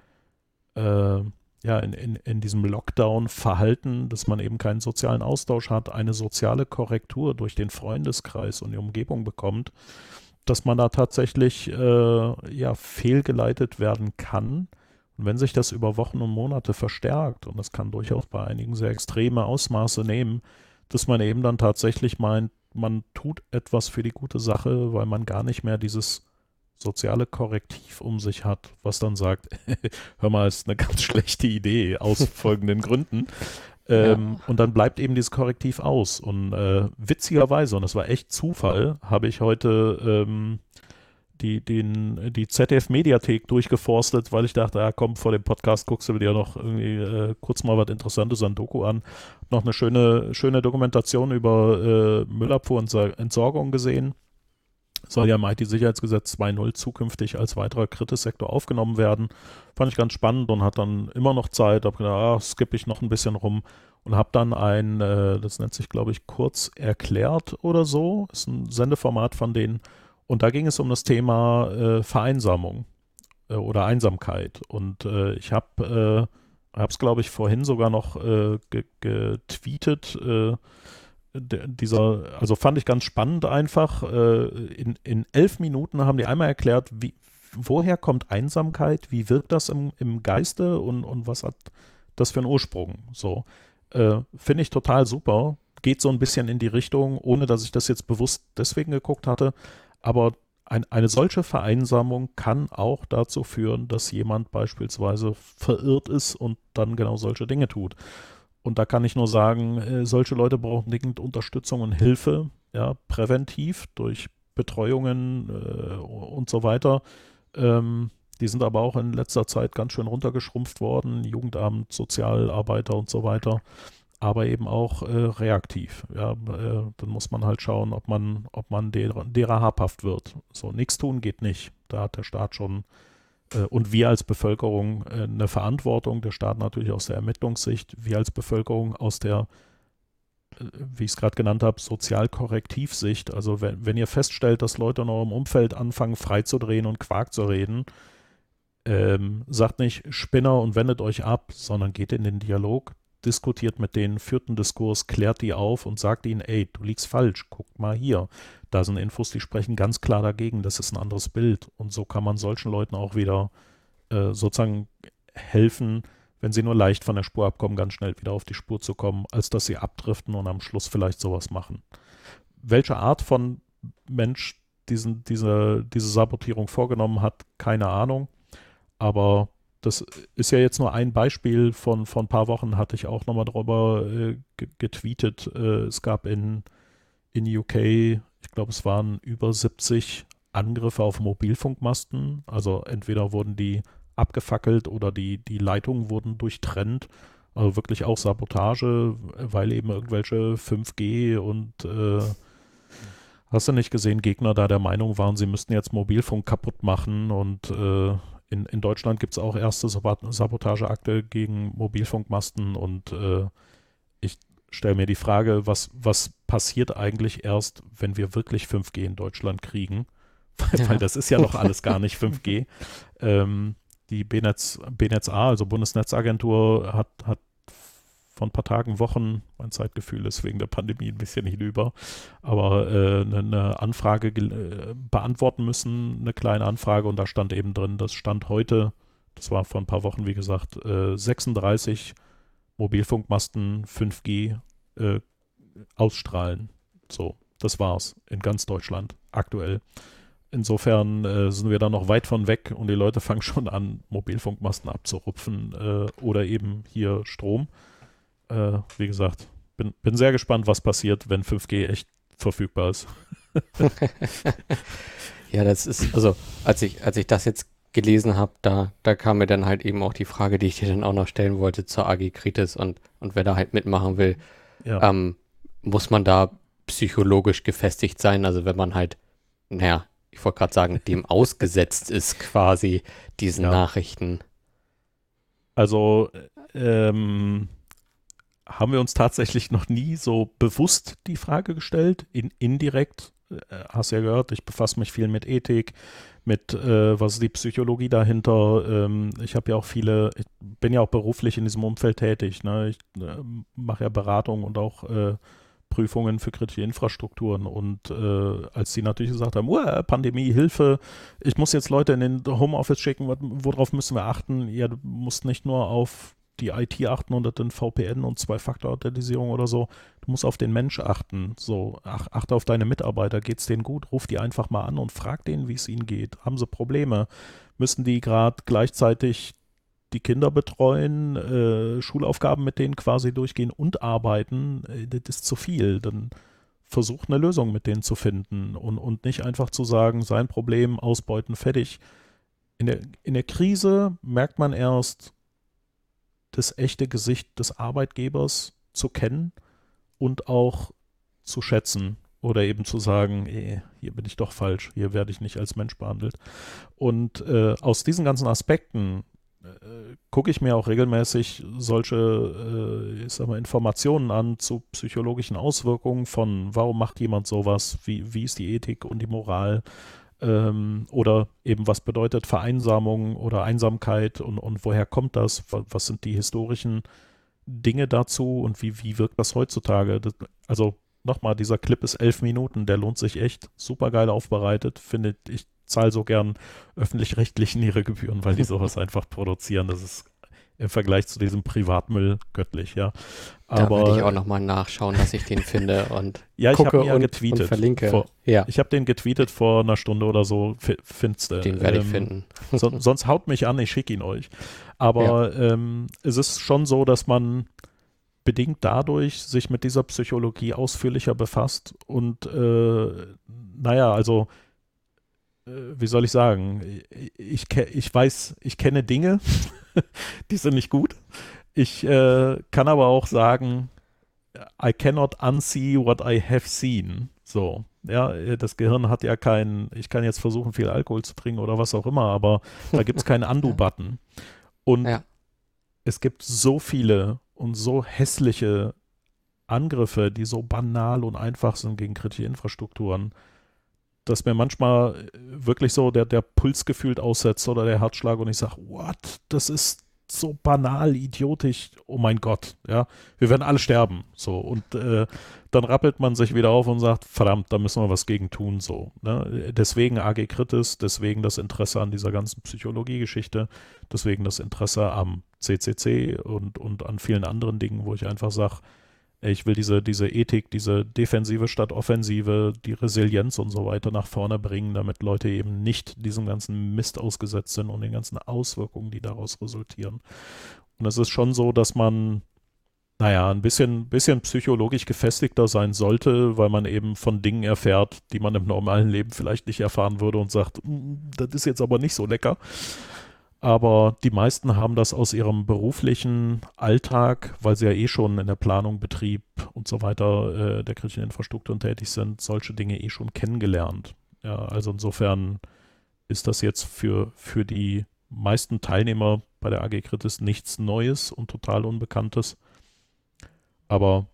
Speaker 3: äh, ja, in, in, in diesem Lockdown-Verhalten, dass man eben keinen sozialen Austausch hat, eine soziale Korrektur durch den Freundeskreis und die Umgebung bekommt, dass man da tatsächlich äh, ja, fehlgeleitet werden kann. Und wenn sich das über Wochen und Monate verstärkt, und das kann durchaus bei einigen sehr extreme Ausmaße nehmen, dass man eben dann tatsächlich meint, man tut etwas für die gute Sache, weil man gar nicht mehr dieses soziale Korrektiv um sich hat, was dann sagt, hör mal, ist eine ganz schlechte Idee aus folgenden Gründen. Ähm, ja. Und dann bleibt eben dieses Korrektiv aus. Und äh, witzigerweise, und das war echt Zufall, habe ich heute ähm, die, den, die Z D F-Mediathek durchgeforstet, weil ich dachte, ja komm, vor dem Podcast guckst du dir noch irgendwie äh, kurz mal was Interessantes an Doku an. Noch eine schöne, schöne Dokumentation über äh, Müllabfuhr und Entsorgung gesehen. Soll ja im I T-Sicherheitsgesetz zwei Punkt null zukünftig als weiterer Kritissektor aufgenommen werden. Fand ich ganz spannend und hat dann immer noch Zeit. Hab gedacht, ah, skippe ich noch ein bisschen rum und habe dann ein, äh, das nennt sich, glaube ich, kurz erklärt oder so. Ist ein Sendeformat von denen. Und da ging es um das Thema äh, Vereinsamung äh, oder Einsamkeit. Und äh, ich habe es, äh, glaube ich, vorhin sogar noch äh, ge getweetet, äh, dieser, also fand ich ganz spannend einfach, in, in elf Minuten haben die einmal erklärt, wie, woher kommt Einsamkeit, wie wirkt das im, im Geiste und, und was hat das für einen Ursprung. So, äh, finde ich total super, geht so ein bisschen in die Richtung, ohne dass ich das jetzt bewusst deswegen geguckt hatte, aber ein, eine solche Vereinsamung kann auch dazu führen, dass jemand beispielsweise verirrt ist und dann genau solche Dinge tut. und da kann ich nur sagen, äh, solche Leute brauchen dringend Unterstützung und Hilfe, ja, präventiv durch Betreuungen äh, und so weiter. Ähm, die sind aber auch in letzter Zeit ganz schön runtergeschrumpft worden, Jugendamt, Sozialarbeiter und so weiter, aber eben auch äh, reaktiv. Ja, äh, dann muss man halt schauen, ob man, ob man derer, derer habhaft wird. So, nichts tun geht nicht. Da hat der Staat schon äh, und wir als Bevölkerung äh, eine Verantwortung, der Staat natürlich aus der Ermittlungssicht, wir als Bevölkerung aus der, äh, wie ich es gerade genannt habe, Sozialkorrektivsicht. Also wenn, wenn ihr feststellt, dass Leute in eurem Umfeld anfangen freizudrehen und Quark zu reden, ähm, sagt nicht Spinner und wendet euch ab, sondern geht in den Dialog, diskutiert mit denen, führt einen Diskurs, klärt die auf und sagt ihnen, ey, du liegst falsch, guck mal hier. Da sind Infos, die sprechen ganz klar dagegen, das ist ein anderes Bild. Und so kann man solchen Leuten auch wieder äh, sozusagen helfen, wenn sie nur leicht von der Spur abkommen, ganz schnell wieder auf die Spur zu kommen, als dass sie abdriften und am Schluss vielleicht sowas machen. Welche Art von Mensch diesen, diese, diese Sabotierung vorgenommen hat, keine Ahnung. Aber das ist ja jetzt nur ein Beispiel. Von, von ein paar Wochen hatte ich auch nochmal drüber äh, getweetet. Äh, es gab in, in U K, ich glaube, es waren über siebzig Angriffe auf Mobilfunkmasten. Also entweder wurden die abgefackelt oder die, die Leitungen wurden durchtrennt. Also wirklich auch Sabotage, weil eben irgendwelche fünf G und äh, hast du nicht gesehen, Gegner da der Meinung waren, sie müssten jetzt Mobilfunk kaputt machen und äh, In, in Deutschland gibt es auch erste Sabotageakte gegen Mobilfunkmasten und äh, ich stelle mir die Frage, was, was passiert eigentlich erst, wenn wir wirklich fünf G in Deutschland kriegen? Weil,
Speaker 1: Ja.
Speaker 3: weil das ist ja noch alles gar nicht fünf G. Ähm, die B-Netz, B-Netz-A, also Bundesnetzagentur, hat, hat vor ein paar Tagen, Wochen, mein Zeitgefühl ist wegen der Pandemie ein bisschen hinüber, aber äh, eine, eine Anfrage äh, beantworten müssen, eine kleine Anfrage, und da stand eben drin, das stand heute, das war vor ein paar Wochen, wie gesagt, äh, sechsunddreißig Mobilfunkmasten fünf G äh, ausstrahlen. So, das war's in ganz Deutschland aktuell. Insofern äh, sind wir da noch weit von weg und die Leute fangen schon an, Mobilfunkmasten abzurupfen äh, oder eben hier Strom. Äh, wie gesagt, bin, bin sehr gespannt, was passiert, wenn fünf G echt verfügbar ist.
Speaker 1: Ja, das ist, also als ich, als ich das jetzt gelesen habe, da, da kam mir dann halt eben auch die Frage, die ich dir dann auch noch stellen wollte zur A G Kritis und, und wer da halt mitmachen will,
Speaker 3: Ja.
Speaker 1: ähm, muss man da psychologisch gefestigt sein? Also wenn man halt, naja, ich wollte gerade sagen, dem ausgesetzt ist quasi diesen
Speaker 3: Ja.
Speaker 1: Nachrichten.
Speaker 3: Also ähm, haben wir uns tatsächlich noch nie so bewusst die Frage gestellt, in, indirekt, äh, hast ja gehört, ich befasse mich viel mit Ethik, mit äh, was ist die Psychologie dahinter. Ähm, ich habe ja auch viele, ich bin ja auch beruflich in diesem Umfeld tätig, ne? Ich äh, mache ja Beratung und auch äh, Prüfungen für kritische Infrastrukturen, und äh, als die natürlich gesagt haben, uh, Pandemie, Hilfe, ich muss jetzt Leute in den Homeoffice schicken, wat- worauf müssen wir achten? Ja, du musst nicht nur auf die I T achten und den V P N und Zwei-Faktor-Authentisierung oder so, du musst auf den Mensch achten, so, ach, achte auf deine Mitarbeiter, geht's denen gut, ruf die einfach mal an und frag denen, wie es ihnen geht, haben sie Probleme, müssen die gerade gleichzeitig die Kinder betreuen, äh, Schulaufgaben mit denen quasi durchgehen und arbeiten, äh, das ist zu viel. Dann versuch eine Lösung mit denen zu finden und, und nicht einfach zu sagen, sein Problem, ausbeuten, fertig. In der, in der Krise merkt man erst, das echte Gesicht des Arbeitgebers zu kennen und auch zu schätzen oder eben zu sagen, eh, hier bin ich doch falsch, hier werde ich nicht als Mensch behandelt. Und äh, aus diesen ganzen Aspekten äh, gucke ich mir auch regelmäßig solche äh, ich sag mal, Informationen an zu psychologischen Auswirkungen von, warum macht jemand sowas, wie, wie ist die Ethik und die Moral, ähm, oder eben was bedeutet Vereinsamung oder Einsamkeit und, und woher kommt das, was, was sind die historischen Dinge dazu und wie, wie wirkt das heutzutage. Das, also nochmal, dieser Clip ist elf Minuten, der lohnt sich echt, super geil aufbereitet, finde ich. Zahle so gern öffentlich-rechtlichen ihre Gebühren, weil die sowas einfach produzieren. Das ist im Vergleich zu diesem Privatmüll göttlich, ja.
Speaker 1: Da
Speaker 3: Aber
Speaker 1: werde ich auch nochmal nachschauen, dass ich den finde und
Speaker 3: ja, ich
Speaker 1: gucke
Speaker 3: habe ihn ja
Speaker 1: und,
Speaker 3: getweetet.
Speaker 1: und verlinke.
Speaker 3: Vor,
Speaker 1: ja,
Speaker 3: ich habe den getweetet vor einer Stunde oder so, f- findest du.
Speaker 1: den werde ich
Speaker 3: Ähm,
Speaker 1: finden.
Speaker 3: So, sonst haut mich an, ich schicke ihn euch. Aber ähm, es ist schon so, dass man bedingt dadurch sich mit dieser Psychologie ausführlicher befasst und äh, naja, also äh, wie soll ich sagen, ich, ich, ich weiß, ich kenne Dinge, die sind nicht gut. Ich äh, kann aber auch sagen, I cannot unsee what I have seen. So, ja, das Gehirn hat ja keinen, ich kann jetzt versuchen, viel Alkohol zu trinken oder was auch immer, aber da gibt es keinen Undo-Button. Und
Speaker 1: Ja.
Speaker 3: es gibt so viele und so hässliche Angriffe, die so banal und einfach sind gegen kritische Infrastrukturen, dass mir manchmal wirklich so der, der Puls gefühlt aussetzt oder der Herzschlag und ich sage, what? Das ist so banal, idiotisch, oh mein Gott, ja, wir werden alle sterben, so, und äh, dann rappelt man sich wieder auf und sagt, verdammt, da müssen wir was gegen tun, so, ne? Deswegen A G Kritis, deswegen das Interesse an dieser ganzen Psychologiegeschichte, deswegen das Interesse am C C C und, und an vielen anderen Dingen, wo ich einfach sage, ich will diese, diese Ethik, diese Defensive statt Offensive, die Resilienz und so weiter nach vorne bringen, damit Leute eben nicht diesem ganzen Mist ausgesetzt sind und den ganzen Auswirkungen, die daraus resultieren. Und es ist schon so, dass man, naja, ein bisschen, bisschen psychologisch gefestigter sein sollte, weil man eben von Dingen erfährt, die man im normalen Leben vielleicht nicht erfahren würde und sagt, das ist jetzt aber nicht so lecker. Aber die meisten haben das aus ihrem beruflichen Alltag, weil sie ja eh schon in der Planung, Betrieb und so weiter äh, der kritischen Infrastruktur tätig sind, solche Dinge eh schon kennengelernt. Ja, also insofern ist das jetzt für, für die meisten Teilnehmer bei der A G Kritis nichts Neues und total Unbekanntes. Aber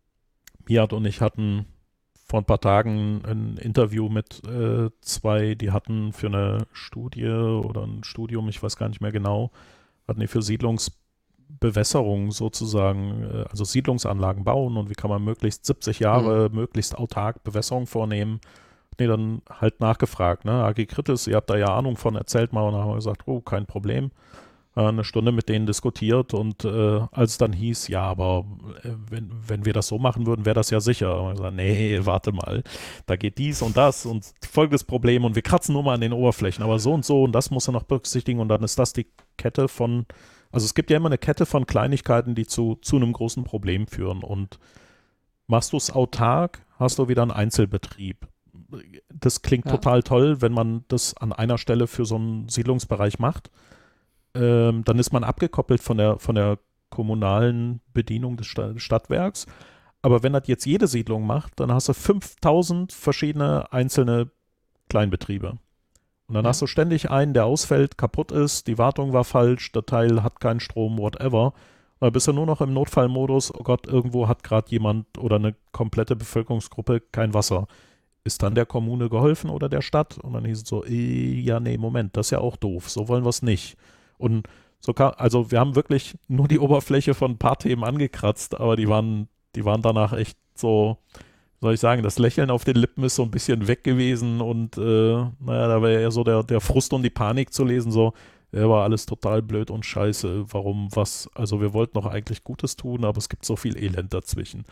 Speaker 3: Miat und ich hatten vor ein paar Tagen ein Interview mit äh, zwei, die hatten für eine Studie oder ein Studium, ich weiß gar nicht mehr genau, hatten die für Siedlungsbewässerung sozusagen, äh, also Siedlungsanlagen bauen und wie kann man möglichst siebzig Jahre mhm. möglichst autark Bewässerung vornehmen. Nee, dann halt nachgefragt, ne, A G Kritis, ihr habt da ja Ahnung von, erzählt mal, und dann haben wir gesagt, oh, kein Problem. Eine Stunde mit denen diskutiert und äh, als es dann hieß, ja, aber äh, wenn, wenn wir das so machen würden, wäre das ja sicher. Und wir gesagt, nee, warte mal, da geht dies und das und folgendes Problem und wir kratzen nur mal an den Oberflächen, aber so und so und das muss er noch berücksichtigen und dann ist das die Kette von, also es gibt ja immer eine Kette von Kleinigkeiten, die zu, zu einem großen Problem führen und machst du es autark, hast du wieder einen Einzelbetrieb. Das klingt ja. total toll, wenn man das an einer Stelle für so einen Siedlungsbereich macht. Ähm, dann ist man abgekoppelt von der, von der kommunalen Bedienung des Sta- Stadtwerks. Aber wenn das jetzt jede Siedlung macht, dann hast du fünftausend verschiedene einzelne Kleinbetriebe. Und dann ja. hast du ständig einen, der ausfällt, kaputt ist, die Wartung war falsch, der Teil hat keinen Strom, whatever. Und dann bist du nur noch im Notfallmodus, oh Gott, irgendwo hat gerade jemand oder eine komplette Bevölkerungsgruppe kein Wasser. Ist dann der Kommune geholfen oder der Stadt? Und dann hieß es so, äh, ja, nee, Moment, das ist ja auch doof, so wollen wir es nicht. Und so kam, also wir haben wirklich nur die Oberfläche von ein paar Themen angekratzt, aber die waren, die waren danach echt so, soll ich sagen, das Lächeln auf den Lippen ist so ein bisschen weg gewesen und äh, naja, da war eher so der, der Frust und die Panik zu lesen, so, ja, war alles total blöd und scheiße, warum, was, also wir wollten doch eigentlich Gutes tun, aber es gibt so viel Elend dazwischen.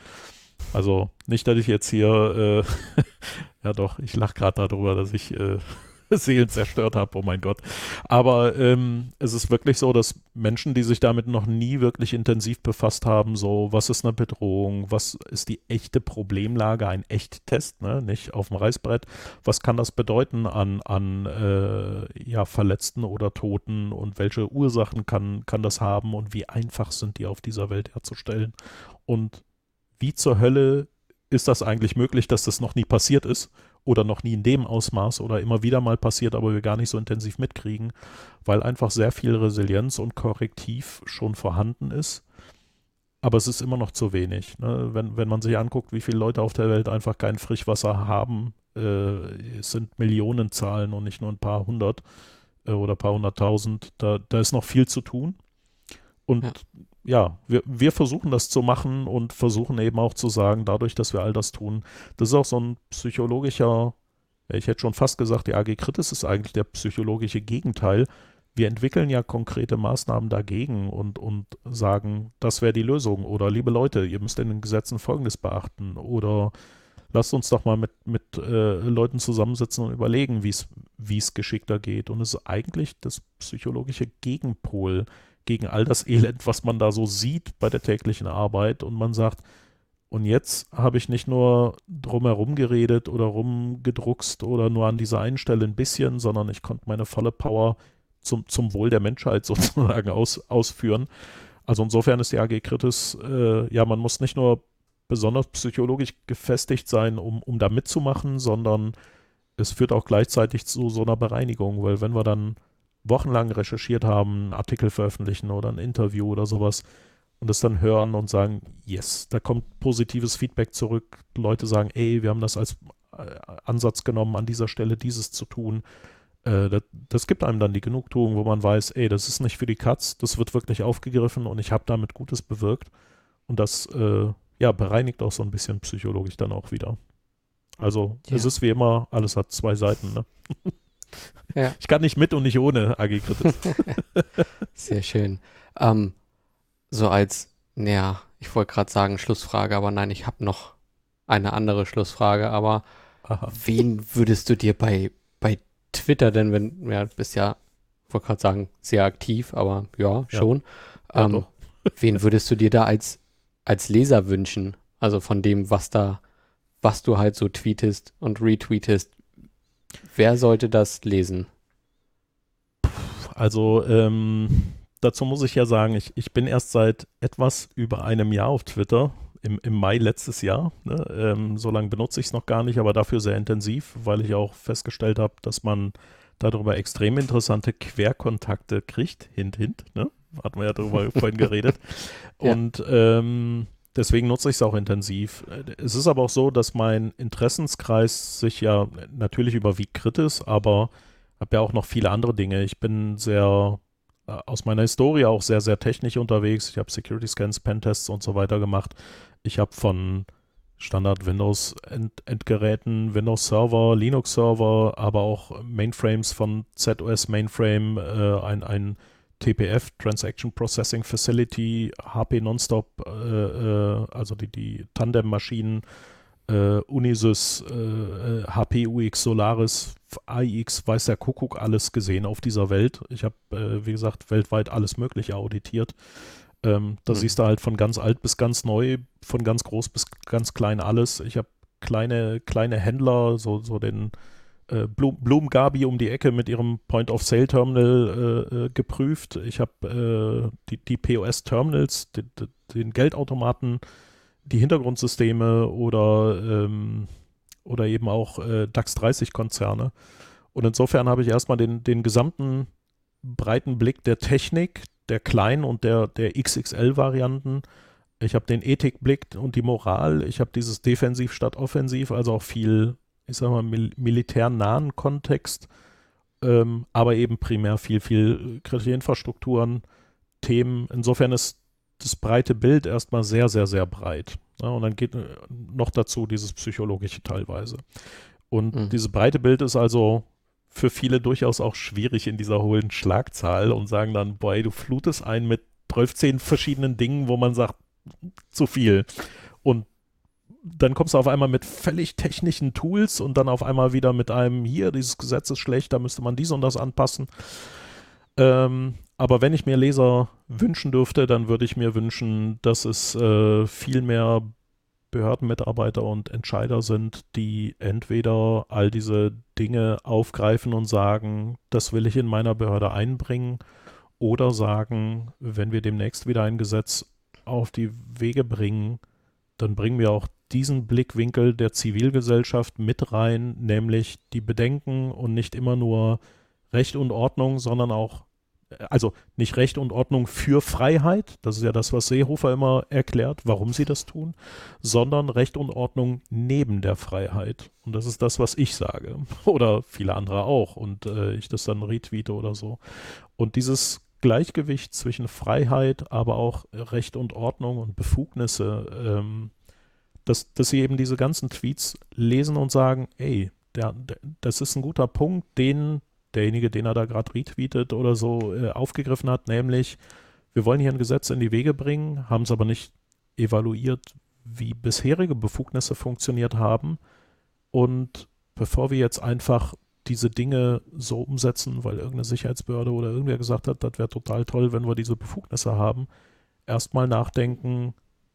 Speaker 3: Also nicht, dass ich jetzt hier, äh, ja doch, ich lache gerade darüber, dass ich äh, Seelen zerstört habe, oh mein Gott. Aber ähm, es ist wirklich so, dass Menschen, die sich damit noch nie wirklich intensiv befasst haben, so, was ist eine Bedrohung, was ist die echte Problemlage, ein Echttest, ne? Nicht auf dem Reißbrett, was kann das bedeuten an, an äh, ja, Verletzten oder Toten und welche Ursachen kann, kann das haben und wie einfach sind die auf dieser Welt herzustellen und wie zur Hölle ist das eigentlich möglich, dass das noch nie passiert ist oder noch nie in dem Ausmaß oder immer wieder mal passiert, aber wir gar nicht so intensiv mitkriegen, weil einfach sehr viel Resilienz und Korrektiv schon vorhanden ist. Aber es ist immer noch zu wenig. Ne? Wenn, wenn man sich anguckt, wie viele Leute auf der Welt einfach kein Frischwasser haben, äh, es sind Millionenzahlen und nicht nur ein paar hundert äh, oder ein paar hunderttausend, da, da ist noch viel zu tun. Und ja. Ja, wir, wir versuchen das zu machen und versuchen eben auch zu sagen, dadurch, dass wir all das tun, das ist auch so ein psychologischer, ich hätte schon fast gesagt, die A G Kritis ist eigentlich der psychologische Gegenteil. Wir entwickeln ja konkrete Maßnahmen dagegen und, und sagen, das wäre die Lösung oder liebe Leute, ihr müsst in den Gesetzen Folgendes beachten oder lasst uns doch mal mit, mit äh, Leuten zusammensitzen und überlegen, wie es geschickter geht. Und es ist eigentlich das psychologische Gegenpol gegen all das Elend, was man da so sieht bei der täglichen Arbeit und man sagt, und jetzt habe ich nicht nur drumherum geredet oder rumgedruckst oder nur an dieser einen Stelle ein bisschen, sondern ich konnte meine volle Power zum, zum Wohl der Menschheit sozusagen aus, ausführen. Also insofern ist die A G Kritis, äh, ja, man muss nicht nur besonders psychologisch gefestigt sein, um, um da mitzumachen, sondern es führt auch gleichzeitig zu so einer Bereinigung, weil wenn wir dann wochenlang recherchiert haben, einen Artikel veröffentlichen oder ein Interview oder sowas, und das dann hören und sagen, yes, da kommt positives Feedback zurück. Leute sagen, ey, wir haben das als äh, Ansatz genommen, an dieser Stelle dieses zu tun. Äh, das, das gibt einem dann die Genugtuung, wo man weiß, ey, das ist nicht für die Katz, das wird wirklich aufgegriffen und ich habe damit Gutes bewirkt. Und das, äh, ja, bereinigt auch so ein bisschen psychologisch dann auch wieder. Also, ja. Es ist wie immer, alles hat zwei Seiten, ne? Ja. Ich kann nicht mit und nicht ohne A G Kritis.
Speaker 1: Sehr schön. Ähm, So als, naja, ich wollte gerade sagen Schlussfrage, aber nein, ich habe noch eine andere Schlussfrage, aber Aha. wen würdest du dir bei, bei Twitter denn, wenn, ja, du bist ja, ich wollte gerade sagen, sehr aktiv, aber ja, schon, ja. Ähm, ja, wen würdest du dir da als, als Leser wünschen? Also von dem, was da, was du halt so tweetest und retweetest, wer sollte das lesen?
Speaker 3: Also, ähm, dazu muss ich ja sagen, ich, ich bin erst seit etwas über einem Jahr auf Twitter, im, im Mai letztes Jahr. Ne? Ähm, so lange benutze ich es noch gar nicht, aber dafür sehr intensiv, weil ich auch festgestellt habe, dass man darüber extrem interessante Querkontakte kriegt. Hint, hint, ne? Hatten wir ja darüber vorhin geredet. Ja. Und ähm, deswegen nutze ich es auch intensiv. Es ist aber auch so, dass mein Interessenskreis sich ja natürlich überwiegt kritisch, aber habe ja auch noch viele andere Dinge. Ich bin sehr aus meiner Historie auch sehr, sehr technisch unterwegs. Ich habe Security-Scans, Pentests und so weiter gemacht. Ich habe von Standard-Windows-Endgeräten, Windows-Server, Linux-Server, aber auch Mainframes von Z O S Mainframe, äh, ein, ein T P F, Transaction Processing Facility, H P Nonstop, äh, äh, also die, die Tandem-Maschinen, Uh, Unisys, uh, H P U X, Solaris, A I X, weiß der Kuckuck, alles gesehen auf dieser Welt. Ich habe, äh, wie gesagt, weltweit alles Mögliche auditiert. Ähm, da mhm. siehst du halt von ganz alt bis ganz neu, von ganz groß bis ganz klein alles. Ich habe kleine, kleine Händler, so, so den äh, Blum, Blum-Gabi um die Ecke mit ihrem Point-of-Sale-Terminal äh, äh, geprüft. Ich habe äh, die, die P O S-Terminals, den, den Geldautomaten, die Hintergrundsysteme oder, ähm, oder eben auch äh, DAX dreißig Konzerne. Und insofern habe ich erstmal den, den gesamten breiten Blick der Technik, der Klein- und der, der X X L-Varianten. Ich habe den Ethikblick und die Moral. Ich habe dieses Defensiv statt Offensiv, also auch viel, ich sag mal, mil- militärnahen Kontext, ähm, aber eben primär viel, viel kritische Infrastrukturen, Themen. Insofern ist das breite Bild erstmal sehr, sehr, sehr breit. Ja, und dann geht noch dazu dieses psychologische teilweise. Und mhm. dieses breite Bild ist also für viele durchaus auch schwierig in dieser hohen Schlagzahl und sagen dann, boah, du flutest ein mit zwölf verschiedenen Dingen, wo man sagt, zu viel. Und dann kommst du auf einmal mit völlig technischen Tools und dann auf einmal wieder mit einem, hier, dieses Gesetz ist schlecht, da müsste man dies und das anpassen. Ähm, aber wenn ich mir Leser wünschen dürfte, dann würde ich mir wünschen, dass es äh, viel mehr Behördenmitarbeiter und Entscheider sind, die entweder all diese Dinge aufgreifen und sagen, das will ich in meiner Behörde einbringen, oder sagen, wenn wir demnächst wieder ein Gesetz auf die Wege bringen, dann bringen wir auch diesen Blickwinkel der Zivilgesellschaft mit rein, nämlich die Bedenken und nicht immer nur Recht und Ordnung, sondern auch, also nicht Recht und Ordnung für Freiheit, das ist ja das, was Seehofer immer erklärt, warum sie das tun, sondern Recht und Ordnung neben der Freiheit. Und das ist das, was ich sage. Oder viele andere auch. Und äh, ich das dann retweete oder so. Und dieses Gleichgewicht zwischen Freiheit, aber auch Recht und Ordnung und Befugnisse, ähm, dass, dass sie eben diese ganzen Tweets lesen und sagen, ey, der, der, das ist ein guter Punkt, den derjenige, den er da gerade retweetet oder so äh, aufgegriffen hat, nämlich, wir wollen hier ein Gesetz in die Wege bringen, haben es aber nicht evaluiert, wie bisherige Befugnisse funktioniert haben. Und bevor wir jetzt einfach diese Dinge so umsetzen, weil irgendeine Sicherheitsbehörde oder irgendwer gesagt hat, das wäre total toll, wenn wir diese Befugnisse haben, erstmal nachdenken,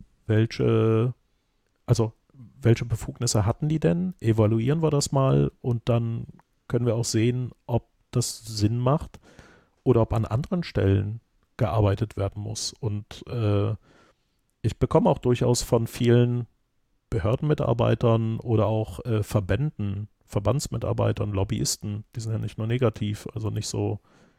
Speaker 3: welche, also welche Befugnisse hatten die denn? Evaluieren wir das mal und dann können wir auch sehen, ob das Sinn macht oder ob an anderen Stellen gearbeitet werden muss. Und äh, ich bekomme auch durchaus von vielen Behördenmitarbeitern oder auch äh, Verbänden, Verbandsmitarbeitern, Lobbyisten, die sind ja nicht nur negativ, also nicht so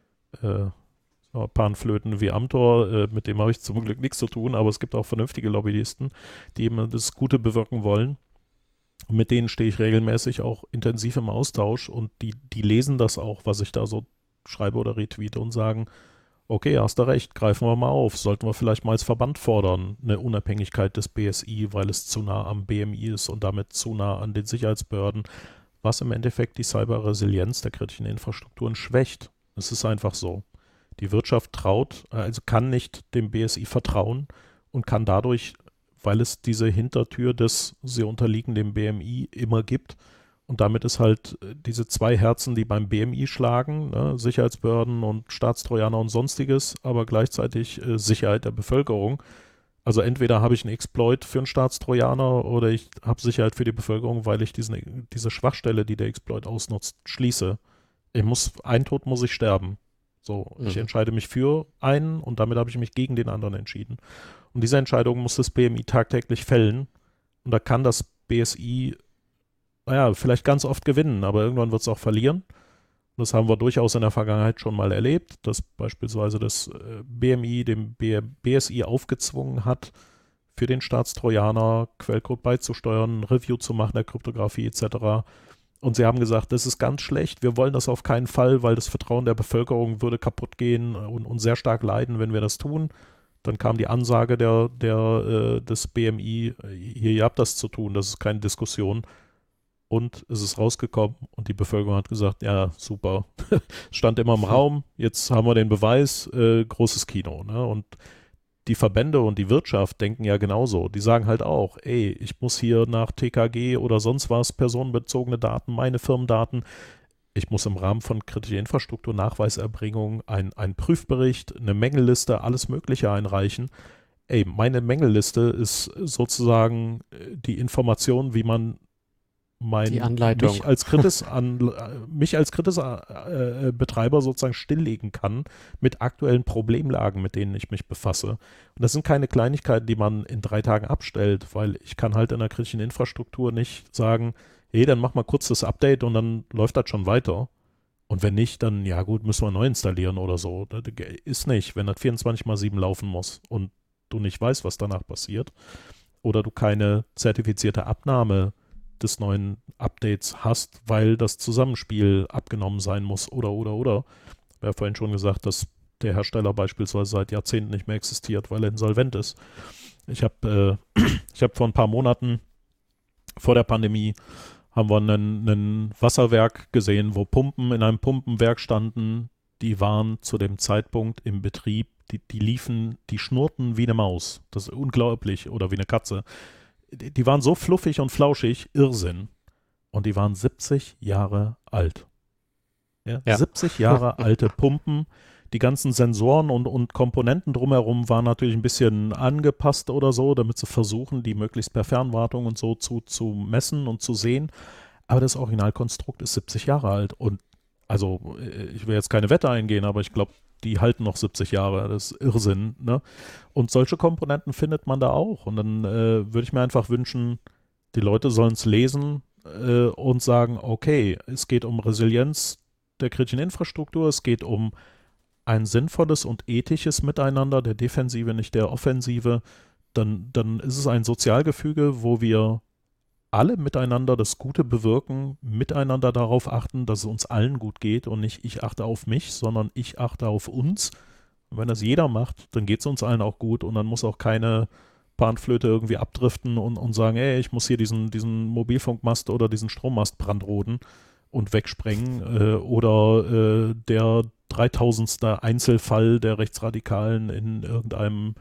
Speaker 3: äh, so Panflöten wie Amthor, äh, mit dem habe ich zum Glück nichts zu tun, aber es gibt auch vernünftige Lobbyisten, die eben das Gute bewirken wollen. Und mit denen stehe ich regelmäßig auch intensiv im Austausch und die, die lesen das auch, was ich da so schreibe oder retweete und sagen, okay, hast du recht, greifen wir mal auf. Sollten wir vielleicht mal als Verband fordern, eine Unabhängigkeit des B S I, weil es zu nah am B M I ist und damit zu nah an den Sicherheitsbehörden, was im Endeffekt die Cyberresilienz der kritischen Infrastrukturen schwächt. Es ist einfach so. Die Wirtschaft traut, also kann nicht dem B S I vertrauen und kann dadurch, weil es diese Hintertür des, sie unterliegen dem B M I immer gibt, und damit ist halt diese zwei Herzen, die beim B M I schlagen, ne, Sicherheitsbehörden und Staatstrojaner und sonstiges, aber gleichzeitig äh, Sicherheit der Bevölkerung. Also entweder habe ich einen Exploit für einen Staatstrojaner oder ich habe Sicherheit für die Bevölkerung, weil ich diesen, diese Schwachstelle, die der Exploit ausnutzt, schließe. Ich muss, ein Tod muss ich sterben. So, mhm. Ich entscheide mich für einen und damit habe ich mich gegen den anderen entschieden. Und diese Entscheidung muss das B M I tagtäglich fällen. Und da kann das B S I naja, vielleicht ganz oft gewinnen, aber irgendwann wird es auch verlieren. Das haben wir durchaus in der Vergangenheit schon mal erlebt, dass beispielsweise das B M I dem B S I aufgezwungen hat, für den Staatstrojaner Quellcode beizusteuern, ein Review zu machen der Kryptographie et cetera. Und sie haben gesagt, das ist ganz schlecht, wir wollen das auf keinen Fall, weil das Vertrauen der Bevölkerung würde kaputt gehen und, und sehr stark leiden, wenn wir das tun. Dann kam die Ansage der, der, äh, des B M I, hier, ihr habt das zu tun, das ist keine Diskussion. Und es ist rausgekommen und die Bevölkerung hat gesagt, ja, super, stand immer im Raum, jetzt haben wir den Beweis, äh, großes Kino. Ne? Und die Verbände und die Wirtschaft denken ja genauso. Die sagen halt auch, ey, ich muss hier nach T K G oder sonst was, personenbezogene Daten, meine Firmendaten, ich muss im Rahmen von kritischer Infrastruktur, Nachweiserbringung, ein, ein Prüfbericht, eine Mängelliste, alles Mögliche einreichen. Ey, meine Mängelliste ist sozusagen die Information, wie man mein,
Speaker 1: die Anleitung.
Speaker 3: mich als Kritis an, mich als Kritis äh, Betreiber sozusagen stilllegen kann mit aktuellen Problemlagen, mit denen ich mich befasse. Und das sind keine Kleinigkeiten, die man in drei Tagen abstellt, weil ich kann halt in der kritischen Infrastruktur nicht sagen, hey, dann mach mal kurz das Update und dann läuft das schon weiter. Und wenn nicht, dann, ja gut, müssen wir neu installieren oder so. Das ist nicht, wenn das vierundzwanzig mal sieben laufen muss und du nicht weißt, was danach passiert oder du keine zertifizierte Abnahme des neuen Updates hast, weil das Zusammenspiel abgenommen sein muss oder, oder, oder. Ich habe ja vorhin schon gesagt, dass der Hersteller beispielsweise seit Jahrzehnten nicht mehr existiert, weil er insolvent ist. Ich habe äh, ich hab vor ein paar Monaten vor der Pandemie haben wir einen, einen Wasserwerk gesehen, wo Pumpen in einem Pumpenwerk standen, die waren zu dem Zeitpunkt im Betrieb, die, die liefen, die schnurrten wie eine Maus. Das ist unglaublich, oder wie eine Katze. Die waren so fluffig und flauschig, Irrsinn. Und die waren siebzig Jahre alt. Ja, ja. siebzig Jahre alte Pumpen. Die ganzen Sensoren und, und Komponenten drumherum waren natürlich ein bisschen angepasst oder so, damit sie versuchen, die möglichst per Fernwartung und so zu, zu messen und zu sehen. Aber das Originalkonstrukt ist siebzig Jahre alt. Und also, ich will jetzt keine Wette eingehen, aber ich glaube, die halten noch siebzig Jahre, das ist Irrsinn. Ne? Und solche Komponenten findet man da auch. Und dann äh, würde ich mir einfach wünschen, die Leute sollen es lesen äh, und sagen, okay, es geht um Resilienz der kritischen Infrastruktur, es geht um ein sinnvolles und ethisches Miteinander, der Defensive, nicht der Offensive. Dann, dann ist es ein Sozialgefüge, wo wir alle miteinander das Gute bewirken, miteinander darauf achten, dass es uns allen gut geht und nicht ich achte auf mich, sondern ich achte auf uns. Und wenn das jeder macht, dann geht es uns allen auch gut und dann muss auch keine Panflöte irgendwie abdriften und, und sagen, ey, ich muss hier diesen, diesen Mobilfunkmast oder diesen Strommast brandroden und wegsprengen äh, oder äh, der dreitausendste Einzelfall der Rechtsradikalen in irgendeinem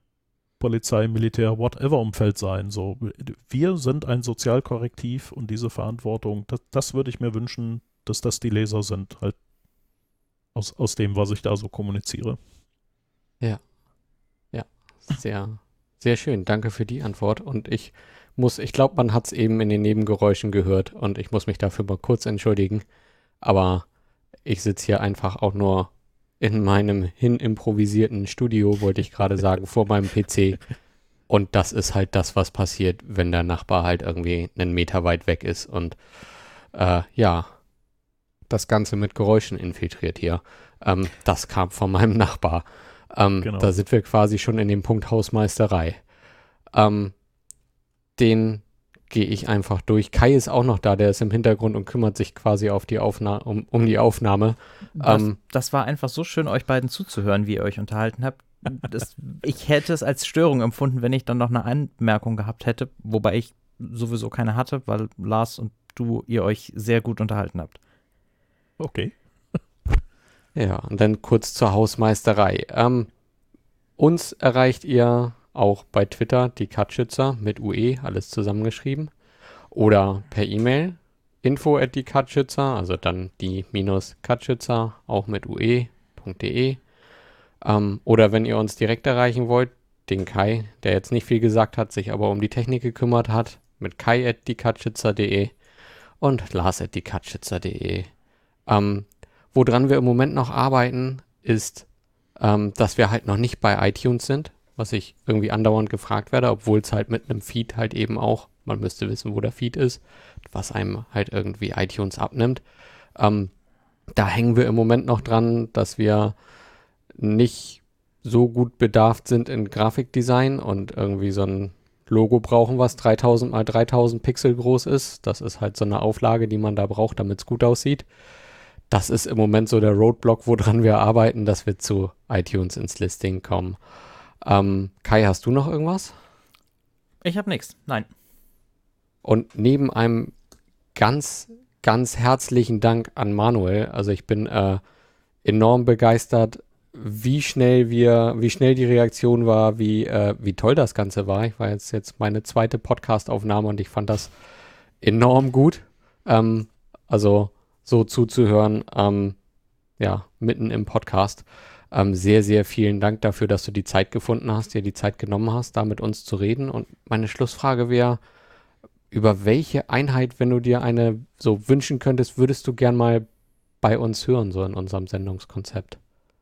Speaker 3: Polizei, Militär, whatever Umfeld sein. So, wir sind ein Sozialkorrektiv und diese Verantwortung, das, das würde ich mir wünschen, dass das die Leser sind, halt aus, aus dem, was ich da so kommuniziere.
Speaker 1: Ja. Ja, sehr, sehr schön. Danke für die Antwort. Und ich muss, ich glaube, man hat es eben in den Nebengeräuschen gehört und ich muss mich dafür mal kurz entschuldigen. Aber ich sitze hier einfach auch nur in meinem hin improvisierten Studio, wollte ich gerade sagen, vor meinem P C. Und das ist halt das, was passiert, wenn der Nachbar halt irgendwie einen Meter weit weg ist und äh, ja, das Ganze mit Geräuschen infiltriert hier. Ähm, das kam von meinem Nachbar. Ähm,
Speaker 3: Genau.
Speaker 1: Da sind wir quasi schon in dem Punkt Hausmeisterei. Ähm, den gehe ich einfach durch. Kai ist auch noch da, der ist im Hintergrund und kümmert sich quasi auf die Aufna- um, um die Aufnahme.
Speaker 2: Das,
Speaker 1: Ähm,
Speaker 2: das war einfach so schön, euch beiden zuzuhören, wie ihr euch unterhalten habt. Das, ich hätte es als Störung empfunden, wenn ich dann noch eine Anmerkung gehabt hätte, wobei ich sowieso keine hatte, weil Lars und du, ihr euch sehr gut unterhalten habt.
Speaker 3: Okay.
Speaker 1: Ja, und dann kurz zur Hausmeisterei. Ähm, uns erreicht ihr auch bei Twitter, die Katschützer mit U E, alles zusammengeschrieben. Oder per E-Mail, info at die Katschützer, also dann die minus Katschützer, auch mit U E.de. Ähm, oder wenn ihr uns direkt erreichen wollt, den Kai, der jetzt nicht viel gesagt hat, sich aber um die Technik gekümmert hat, mit kai at die katschützer.de und lars at die katschützer.de. Ähm, woran wir im Moment noch arbeiten, ist, ähm, dass wir halt noch nicht bei iTunes sind, was ich irgendwie andauernd gefragt werde, obwohl es halt mit einem Feed halt eben auch, man müsste wissen, wo der Feed ist, was einem halt irgendwie iTunes abnimmt. Ähm, da hängen wir im Moment noch dran, dass wir nicht so gut bedarft sind in Grafikdesign und irgendwie so ein Logo brauchen, was dreitausend mal dreitausend Pixel groß ist. Das ist halt so eine Auflage, die man da braucht, damit es gut aussieht. Das ist im Moment so der Roadblock, woran wir arbeiten, dass wir zu iTunes ins Listing kommen. Ähm, Kai, hast du noch irgendwas?
Speaker 2: Ich habe nichts, nein.
Speaker 1: Und neben einem ganz, ganz herzlichen Dank an Manuel, also ich bin äh, enorm begeistert, wie schnell wir, wie schnell die Reaktion war, wie, äh, wie toll das Ganze war. Ich war jetzt, jetzt meine zweite Podcast-Aufnahme und ich fand das enorm gut. Ähm, also so zuzuhören, ähm, ja, mitten im Podcast. Ähm, sehr, sehr vielen Dank dafür, dass du die Zeit gefunden hast, dir die Zeit genommen hast, da mit uns zu reden. Und meine Schlussfrage wäre, über welche Einheit, wenn du dir eine so wünschen könntest, würdest du gern mal bei uns hören, so in unserem Sendungskonzept?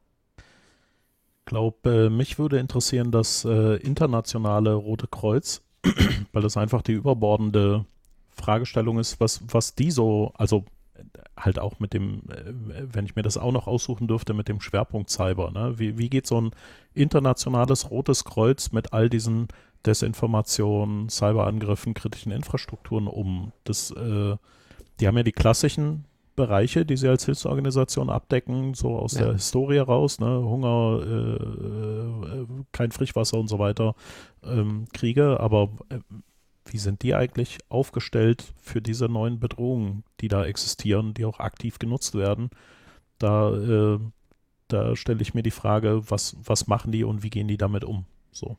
Speaker 3: Ich glaube, äh, mich würde interessieren das äh, internationale Rote Kreuz, weil das einfach die überbordende Fragestellung ist, was, was die so, also äh, halt auch mit dem, äh, wenn ich mir das auch noch aussuchen dürfte, mit dem Schwerpunkt Cyber. Ne? Wie, wie geht so ein internationales Rotes Kreuz mit all diesen Desinformationen, Cyberangriffen, kritischen Infrastrukturen um? Das, äh, die haben ja die klassischen Bereiche, die sie als Hilfsorganisation abdecken, so aus ja. der Historie raus, ne? Hunger, äh, äh, kein Frischwasser und so weiter, ähm, Kriege, aber äh, wie sind die eigentlich aufgestellt für diese neuen Bedrohungen, die da existieren, die auch aktiv genutzt werden? Da, äh, da stelle ich mir die Frage, was, was machen die und wie gehen die damit um? So.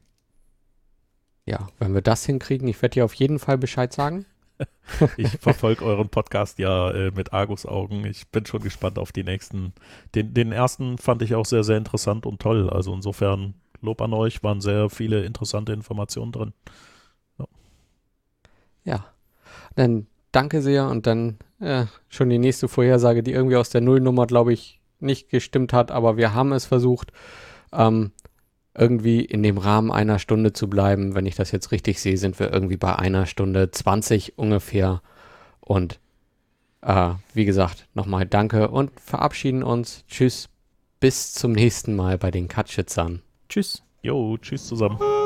Speaker 1: Ja, wenn wir das hinkriegen, ich werde dir auf jeden Fall Bescheid sagen.
Speaker 3: Ich verfolge euren Podcast ja äh, mit Argusaugen. Ich bin schon gespannt auf die nächsten. Den, den ersten fand ich auch sehr, sehr interessant und toll. Also insofern Lob an euch, waren sehr viele interessante Informationen drin. Ja,
Speaker 1: ja. Dann danke sehr und dann äh, schon die nächste Vorhersage, die irgendwie aus der Nullnummer, glaube ich, nicht gestimmt hat, aber wir haben es versucht, ähm, irgendwie in dem Rahmen einer Stunde zu bleiben. Wenn ich das jetzt richtig sehe, sind wir irgendwie bei einer Stunde zwanzig ungefähr. Und äh, wie gesagt, nochmal danke und verabschieden uns. Tschüss, bis zum nächsten Mal bei den Katschützern.
Speaker 2: Tschüss.
Speaker 3: Jo, tschüss zusammen.